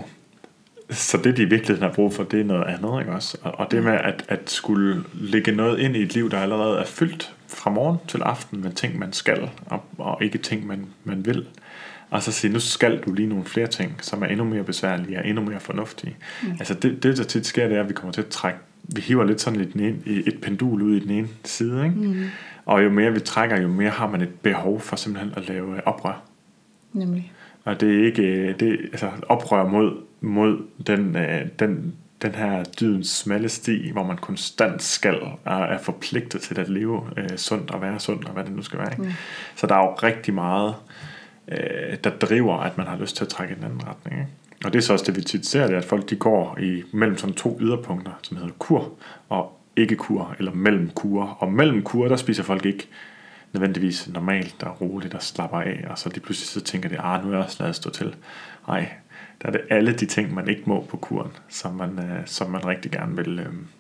Så det, de i virkeligheden har brug for, det er noget andet, ikke også? Og, og det med at, at skulle lægge noget ind i et liv, der allerede er fyldt fra morgen til aften med ting, man skal, og, og ikke ting, man, man vil. Og så sige, nu skal du lige nogle flere ting, som er endnu mere besværlige og endnu mere fornuftige. Mm. Altså det, det, der tit sker, det er, at vi kommer til at trække, vi hiver lidt sådan et, et pendul ud i den ene side, ikke? Mm. Og jo mere vi trækker, jo mere har man et behov for simpelthen at lave oprør.
Nemlig.
Og det er ikke, det, altså oprør mod, mod den, den, den her dydens smalle sti, hvor man konstant skal og er forpligtet til at leve øh, sundt og være sund, og hvad det nu skal være. Ikke? Mm. Så der er jo rigtig meget, øh, der driver, at man har lyst til at trække i den anden retning. Ikke? Og det er så også det, vi tit ser, det er, at folk de går i mellem sådan to yderpunkter, som hedder kur og ikke kur, eller mellem kur. Og mellem kur, der spiser folk ikke nødvendigvis normalt og roligt og slapper af, og så de pludselig så tænker de, ah, nu er jeg også ladet stå til. Nej, der er det alle de ting, man ikke må på kuren, som man, øh, som man rigtig gerne vil, øh,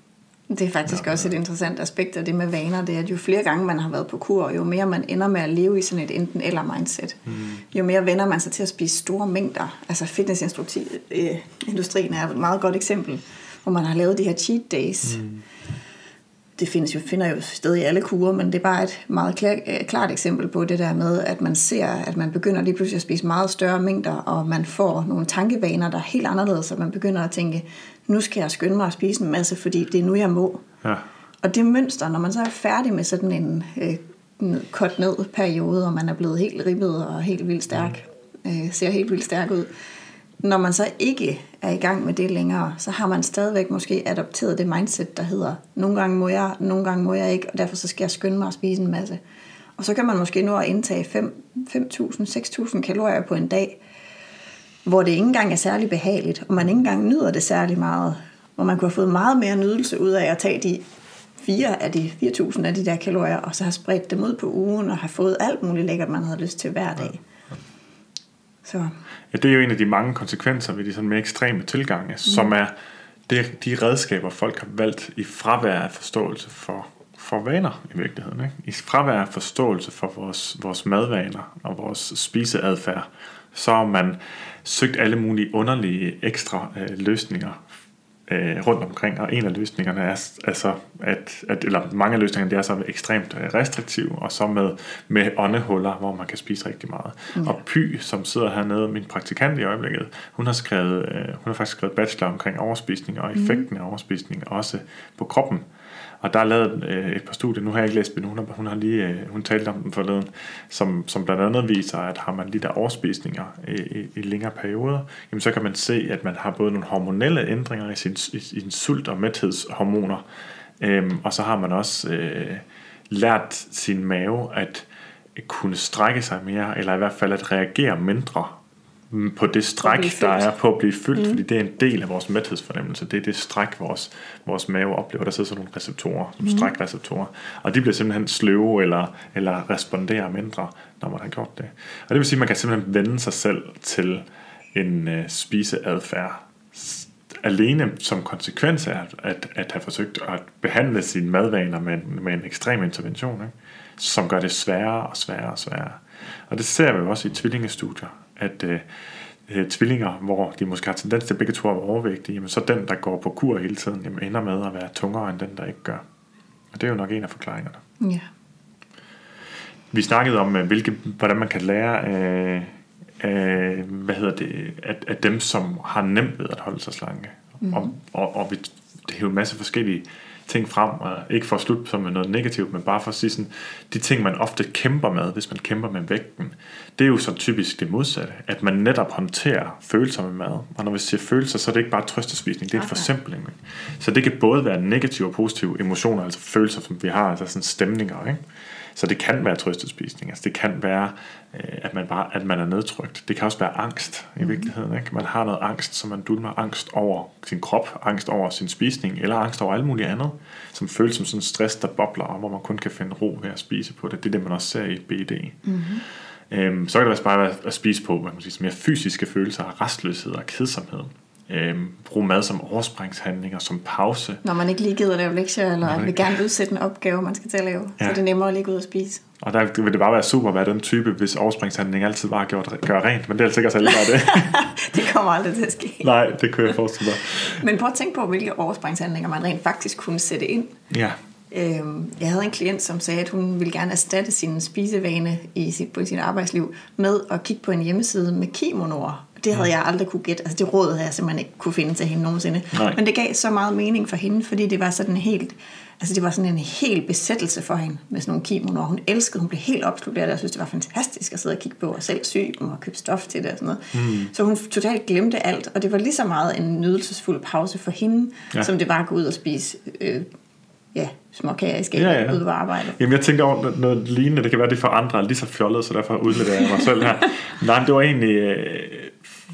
Det er faktisk ja, også et interessant aspekt af det med vaner, det er, at jo flere gange man har været på kur, jo mere man ender med at leve i sådan et enten eller mindset, mm. jo mere vender man sig til at spise store mængder. Altså fitnessindustrien er et meget godt eksempel, hvor man har lavet de her cheat days. Mm. Det findes jo, finder jo sted i alle kurer, men det er bare et meget klar, klart eksempel på det der med, at man ser, at man begynder lige pludselig at spise meget større mængder, og man får nogle tankevaner, der er helt anderledes, så man begynder at tænke, nu skal jeg skynde mig at spise en masse, fordi det er nu, jeg må. Ja. Og det mønster, når man så er færdig med sådan en øh, kort ned periode, og man er blevet helt ribbet og helt vildt stærk, øh, ser helt vildt stærk ud, når man så ikke er i gang med det længere, så har man stadigvæk måske adopteret det mindset, der hedder, nogle gange må jeg, nogle gange må jeg ikke, og derfor så skal jeg skynde mig at spise en masse. Og så kan man måske nå at indtage fem tusind til seks tusind kalorier på en dag, hvor det ikke engang er særlig behageligt, og man ikke engang nyder det særlig meget, hvor man kunne have fået meget mere nydelse ud af at tage de fire af de fire tusind af de der kalorier, og så have spredt dem ud på ugen, og have fået alt muligt lækkert, man havde lyst til hver dag. Så.
Ja, det er jo en af de mange konsekvenser ved de sådan mere ekstreme tilgange, mm. som er det, de redskaber, folk har valgt i fravær af forståelse for, for vaner i virkeligheden. Ikke? I fravær af forståelse for vores, vores madvaner og vores spiseadfærd, så har man søgt alle mulige underlige ekstra øh, løsninger øh, rundt omkring, og en af løsningerne er altså, at, at eller mange af løsningerne, det er så ekstremt restriktive, og så med, med åndehuller, hvor man kan spise rigtig meget. Ja. Og Py, som sidder hernede, min praktikant i øjeblikket, hun har skrevet, øh, hun har faktisk skrevet bachelor omkring overspisning og effekten mm. af overspisning, også på kroppen. Og der er lavet øh, et par studier, nu har jeg ikke læst dem, hun har, hun har lige, øh, hun talte om dem forleden, som, som blandt andet viser, at har man lige der overspisninger i, i, i længere perioder, jamen så kan man se, at man har både nogle hormonelle ændringer i sin, i, i sin sult- og mæthedshormoner, øhm, og så har man også øh, lært sin mave at kunne strække sig mere, eller i hvert fald at reagere mindre på det stræk, der er på at blive fyldt, mm. fordi det er en del af vores mæthedsfornemmelse. Det er det stræk, vores, vores mave oplever. Der sidder sådan nogle receptorer, nogle mm. strækreceptorer, og de bliver simpelthen sløve eller, eller responderer mindre, når man har gjort det. Og det vil sige, at man kan simpelthen vende sig selv til en uh, spiseadfærd alene som konsekvens af at, at, at have forsøgt at behandle sine madvaner med en, med en ekstrem intervention, ikke? Som gør det sværere og sværere og sværere. Og det ser vi jo også i tvillingestudier, at øh, øh, tvillinger, hvor de måske har tendens til begge to at være overvægtige, jamen så den, der går på kur hele tiden, jamen ender med at være tungere end den, der ikke gør. Og det er jo nok en af forklaringerne.
Ja. Vi
snakkede om, hvilke, hvordan man kan lære øh, øh, hvad hedder det, at, at dem, som har nemt ved at holde sig slanke. Mm. Og, og, og vi, det er jo en masse forskellige ting frem, og ikke for at slutte som noget negativt, men bare for at sige sådan, de ting, man ofte kæmper med, hvis man kæmper med vægten, det er jo så typisk det modsatte, at man netop håndterer følelser med mad. Og når vi siger følelser, så er det ikke bare trøstespisning, det er en forsimpling. Så det kan både være negative og positive emotioner, altså følelser, som vi har, altså sådan stemninger, ikke? Så det kan være trøstespisning, altså det kan være, at man bare at man er nedtrykt. Det kan også være angst i virkeligheden, ikke? Man har noget angst, så man dulmer angst over sin krop, angst over sin spisning, eller angst over alt muligt andet, som føles som sådan stress, der bobler, og hvor man kun kan finde ro ved at spise på det. Det er det, man også ser i B D. Mm-hmm. Øhm, så kan det også bare være at spise på, hvad man siger, mere fysiske følelser, restløshed og kedsomhed. Øhm, bruge mad som overspringshandlinger, som pause.
Når man ikke lige gider at lave lektier, eller vil ikke... gerne udsætte en opgave, man skal til at lave, ja. Så er det nemmere at ligge ud og spise.
Og der vil det bare være super at være den type, hvis overspringshandling altid bare gjort, gør rent, men det er altså ikke også aldrig det.
Det kommer aldrig til at ske.
Nej, det kunne jeg forestille mig.
Men prøv at tænke på, hvilke overspringshandlinger man rent faktisk kunne sætte ind.
Ja.
Øhm, jeg havde en klient, som sagde, at hun ville gerne erstatte sin spisevane i sit, på sit arbejdsliv med at kigge på en hjemmeside med kimonoer. Det havde jeg aldrig kunne gætte. Altså det råd havde jeg simpelthen ikke kunne finde til hende nogensinde. Nej. Men det gav så meget mening for hende, fordi det var sådan helt, altså det var sådan en helt besættelse for hende med sådan nogle kimonoer. Hun elskede, hun blev helt opslugt af det, og synes det var fantastisk at sidde og kigge på og selv sy dem og købe stof til det og sådan noget. Mm. Så hun totalt glemte alt, og det var lige så meget en nydelsesfuld pause for hende, ja. Som det var at gå ud og spise øh, ja, småkager i skabet, ja, ja. Ude på arbejde.
Jamen jeg tænker over noget lignende, det kan være det for andre lige så fjollet, så derfor udleverer jeg mig selv her. Nej, det var egentlig øh,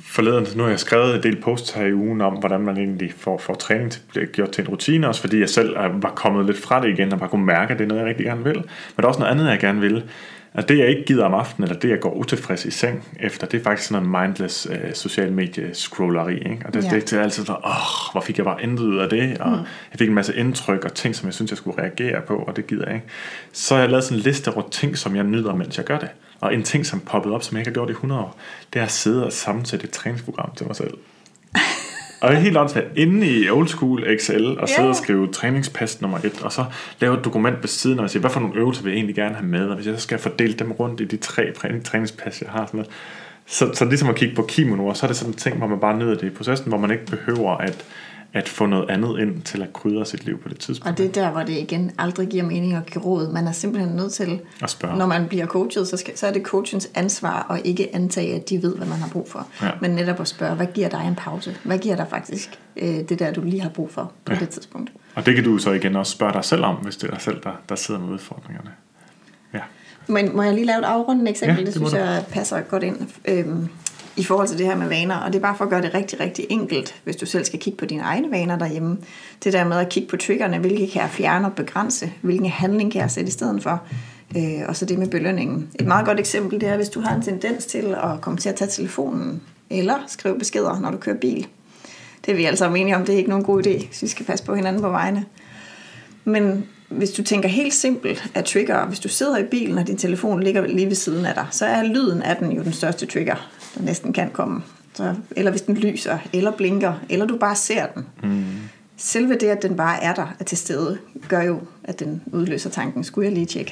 forleden, nu har jeg skrevet en del posts her i ugen om, hvordan man egentlig får, får træning til, gjort til en rutine, også fordi jeg selv var kommet lidt fra det igen, og bare kunne mærke, at det er noget, jeg rigtig gerne vil. Men der er også noget andet, jeg gerne vil. Og det, jeg ikke gider om aftenen, eller det, jeg går utilfreds i seng efter, det er faktisk sådan noget mindless øh, social medie-scrolleri. Ikke? Og det, ja. det er altid sådan, åh, hvor fik jeg bare intet ud af det, og mm. jeg fik en masse indtryk og ting, som jeg synes, jeg skulle reagere på, og det gider jeg ikke. Så har jeg lavet sådan en liste over ting, som jeg nyder, mens jeg gør det. Og en ting, som poppede op, som jeg ikke har gjort i hundrede år, det er at sidde og sammensætte et træningsprogram til mig selv. Og det er helt åndssvagt, inde i old school Excel, og sidde yeah. og skrive træningspas nummer et, og så lave et dokument ved siden, og sige, hvad for nogle øvelser vil jeg egentlig gerne have med, og hvis jeg så skal fordele dem rundt i de tre træningspas, jeg har, sådan noget. Så, så ligesom at kigge på kimono, så er det sådan en ting, hvor man bare nyder det i processen, hvor man ikke behøver at, at få noget andet ind til at krydre sit liv på det tidspunkt.
Og det er der, hvor det igen aldrig giver mening at give råd. Man er simpelthen nødt til, når man bliver coachet, så, skal, så er det coachens ansvar at ikke antage, at de ved, hvad man har brug for. Ja. Men netop at spørge, hvad giver dig en pause? Hvad giver dig faktisk øh, det der, du lige har brug for på ja. det tidspunkt?
Og det kan du så igen også spørge dig selv om, hvis det er dig selv, der, der sidder med udfordringerne. Ja.
Men må jeg lige lave et afrundende eksempel? Ja, det, det synes du. jeg passer godt ind. Øhm, i forhold til det her med vaner, og det er bare for at gøre det rigtig, rigtig enkelt, hvis du selv skal kigge på dine egne vaner derhjemme. Det der med at kigge på triggerne, hvilke kan jeg fjerne og begrænse, hvilken handling kan jeg sætte i stedet for, øh, og så det med belønningen. Et meget godt eksempel, det er, hvis du har en tendens til at komme til at tage telefonen, eller skrive beskeder, når du kører bil. Det er vi altså enige om, det er ikke nogen god idé, så vi skal passe på hinanden på vejene. Men hvis du tænker helt simpelt af trigger, hvis du sidder i bilen, og din telefon ligger lige ved siden af dig, så er lyden af den jo den største trigger, der næsten kan komme. Så, eller hvis den lyser, eller blinker, eller du bare ser den. Mm. Selve det, at den bare er der, er til stede, gør jo, at den udløser tanken, skulle jeg lige tjekke.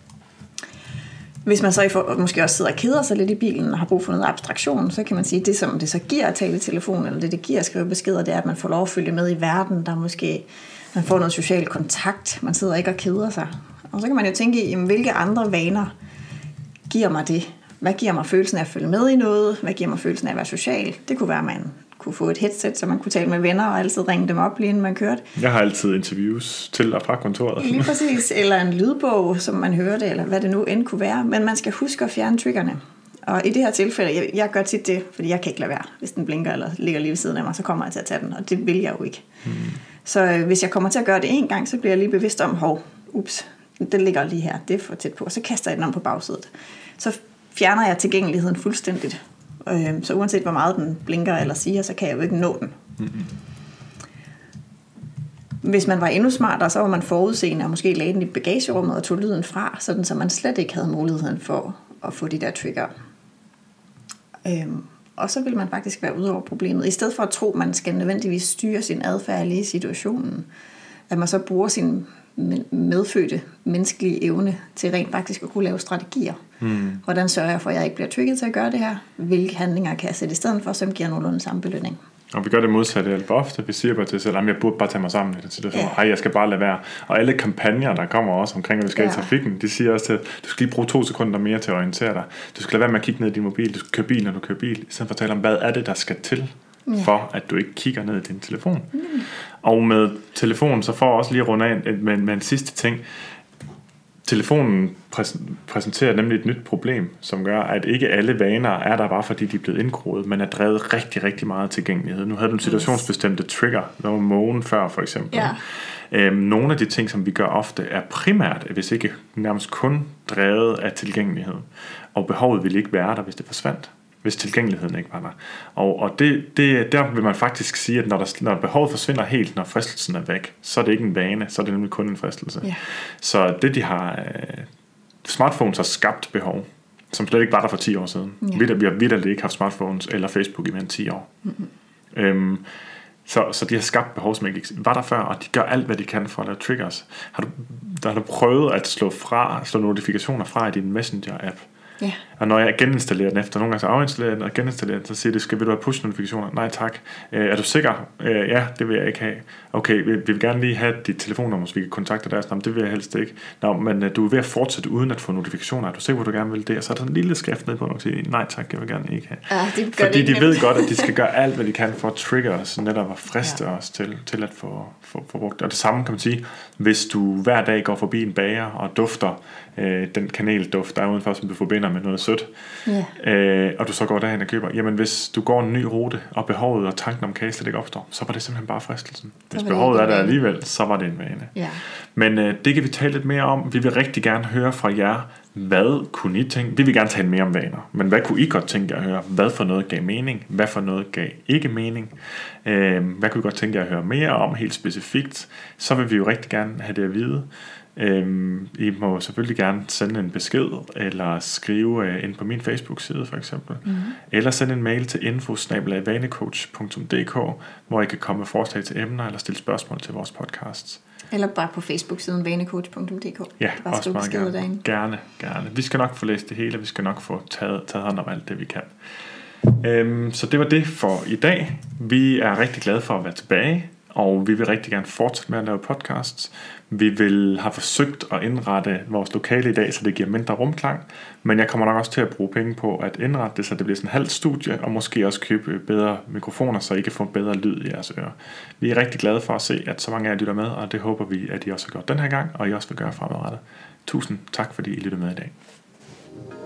Hvis man så i for, måske også sidder og keder sig lidt i bilen, og har brug for noget abstraktion, så kan man sige, at det som det så giver at tale i telefon, eller det det giver at skrive beskeder, det er, at man får lov at følge med i verden, der måske man får noget social kontakt, man sidder ikke og keder sig. Og så kan man jo tænke i, jamen, hvilke andre vaner giver mig det? Hvad giver mig følelsen af at følge med i noget? Hvad giver mig følelsen af at være social? Det kunne være, at man kunne få et headset, så man kunne tale med venner og altid ringe dem op lige inden man kørte.
Jeg har altid interviews til og fra kontoret.
Lige præcis. Eller en lydbog, som man hørte, eller hvad det nu end kunne være. Men man skal huske at fjerne triggerne. Og i det her tilfælde, jeg, jeg gør tit det, fordi jeg kan ikke lade være. Hvis den blinker eller ligger lige ved siden af mig, så kommer jeg til at tage den, og det vil jeg jo ikke. Hmm. Så øh, hvis jeg kommer til at gøre det en gang, så bliver jeg lige bevidst om, hov, ups, den ligger lige her, det er for tæt på, og så kaster jeg den om på bagsædet. Så fjerner jeg tilgængeligheden fuldstændigt. Øh, så uanset hvor meget den blinker eller siger, så kan jeg jo ikke nå den. Mm-hmm. Hvis man var endnu smartere, så var man forudseende og måske lagde den i bagagerummet og tog lyden fra, sådan så man slet ikke havde muligheden for at få de der trigger. Øh, og så vil man faktisk være ude over problemet. I stedet for at tro, at man skal nødvendigvis styre sin adfærd i situationen, at man så bruger sin medfødte menneskelige evne til rent faktisk at kunne lave strategier. Hmm. Hvordan sørger jeg for, at jeg ikke bliver trigget til at gøre det her? Hvilke handlinger kan jeg sætte i stedet for, som giver nogenlunde samme belønning?
Og vi gør det modsatte alt for ofte. Vi siger bare til os selv, at jeg burde bare tage mig sammen i den situation. Ja. Ej, jeg skal bare lade være. Og alle kampagner, der kommer også omkring, at vi skal ja. i trafikken, de siger også til, at du skal lige bruge to sekunder mere til at orientere dig. Du skal lade være med at kigge ned i din mobil. Du skal køre bil, når du kører bil. I stedet for at tale om, hvad er det, der skal til, ja. for at du ikke kigger ned i din telefon. Mm. Og med telefonen, så får jeg også lige rundt af med, med en sidste ting. Telefonen præsenterer nemlig et nyt problem, som gør, at ikke alle vaner er der bare, fordi de er blevet indgroet, men er drevet rigtig, rigtig meget tilgængelighed. Nu havde du en situationsbestemte trigger, der var mågen før for eksempel. Ja. Øhm, nogle af de ting, som vi gør ofte, er primært, hvis ikke nærmest kun drevet af tilgængelighed. Og behovet ville ikke være der, hvis det forsvandt. Hvis tilgængeligheden ikke var der. Og, og det, det, der vil man faktisk sige, at når, der, når behovet forsvinder helt, når fristelsen er væk, så er det ikke en vane, så er det nemlig kun en fristelse. Yeah. Så det, de har... Øh, smartphones har skabt behov, som slet ikke var der for ti år siden. Yeah. Vi, vi har vitterligt ikke haft smartphones eller Facebook i mere end ti år. Mm-hmm. Øhm, så, så de har skabt behov, som ikke var der før, og de gør alt, hvad de kan for at lave triggers. Har du, der har du prøvet at slå, fra, slå notifikationer fra i din Messenger-app? Yeah. Og når jeg geninstallerer den efter, nogle gange så afinstallerer den og geninstallerer den, så siger det, skal vil du have push-notifikationer? Nej tak. Øh, er du sikker? Øh, ja, det vil jeg ikke have. Okay, vi, vi vil gerne lige have dit telefonnummer, så vi kan kontakte dig. Nå, det vil jeg helst ikke. Nå, men øh, du er ved at fortsætte uden at få notifikationer. Er du sikker, hvor du gerne vil det? Og så er der en lille skrift ned på, og siger, nej tak, jeg vil gerne ikke have.
Ah, de
Fordi de ved godt, at de skal gøre alt, hvad de kan for at trigge os, netop at friste ja. os til, til at få, få, få brugt. Og det samme kan man sige, hvis du hver dag går forbi en bager og dufter øh, den kanelduft, der er udenfor, som du forbinder med noget sødt,
Yeah.
øh, og du så går derhen og køber, jamen hvis du går en ny rute, og behovet og tanken om kage slet ikke opstår, så var det simpelthen bare fristelsen. Hvis behovet er der alligevel, så var det en vane.
Yeah.
Men øh, det kan vi tale lidt mere om. Vi vil rigtig gerne høre fra jer, hvad kunne I tænke? Vi vil gerne tale mere om vaner, men hvad kunne I godt tænke jer at høre? Hvad for noget gav mening? Hvad for noget gav ikke mening? Øh, hvad kunne I godt tænke jer at høre mere om helt specifikt? Så vil vi jo rigtig gerne have det at vide. Øhm, I må selvfølgelig gerne sende en besked eller skrive øh, ind på min Facebook-side for eksempel, mm-hmm. eller sende en mail til info snabel-a vanecoach punktum d k, hvor I kan komme med forslag til emner eller stille spørgsmål til vores podcast.
Eller bare på Facebook-siden vanecoach punktum d k.
Ja, også meget gerne. Derinde. gerne. Gerne. Vi skal nok få læst det hele, vi skal nok få taget, taget hånd om alt det, vi kan. Øhm, så det var det for i dag. Vi er rigtig glade for at være tilbage, og vi vil rigtig gerne fortsætte med at lave podcasts. Vi vil have forsøgt at indrette vores lokale i dag, så det giver mindre rumklang, men jeg kommer nok også til at bruge penge på at indrette det, så det bliver sådan en halvt studie, og måske også købe bedre mikrofoner, så I kan få bedre lyd i jeres ører. Vi er rigtig glade for at se, at så mange af jer lytter med, og det håber vi, at I også har gjort den her gang, og I også vil gøre fremadrettet. Tusind tak, fordi I lytter med i dag.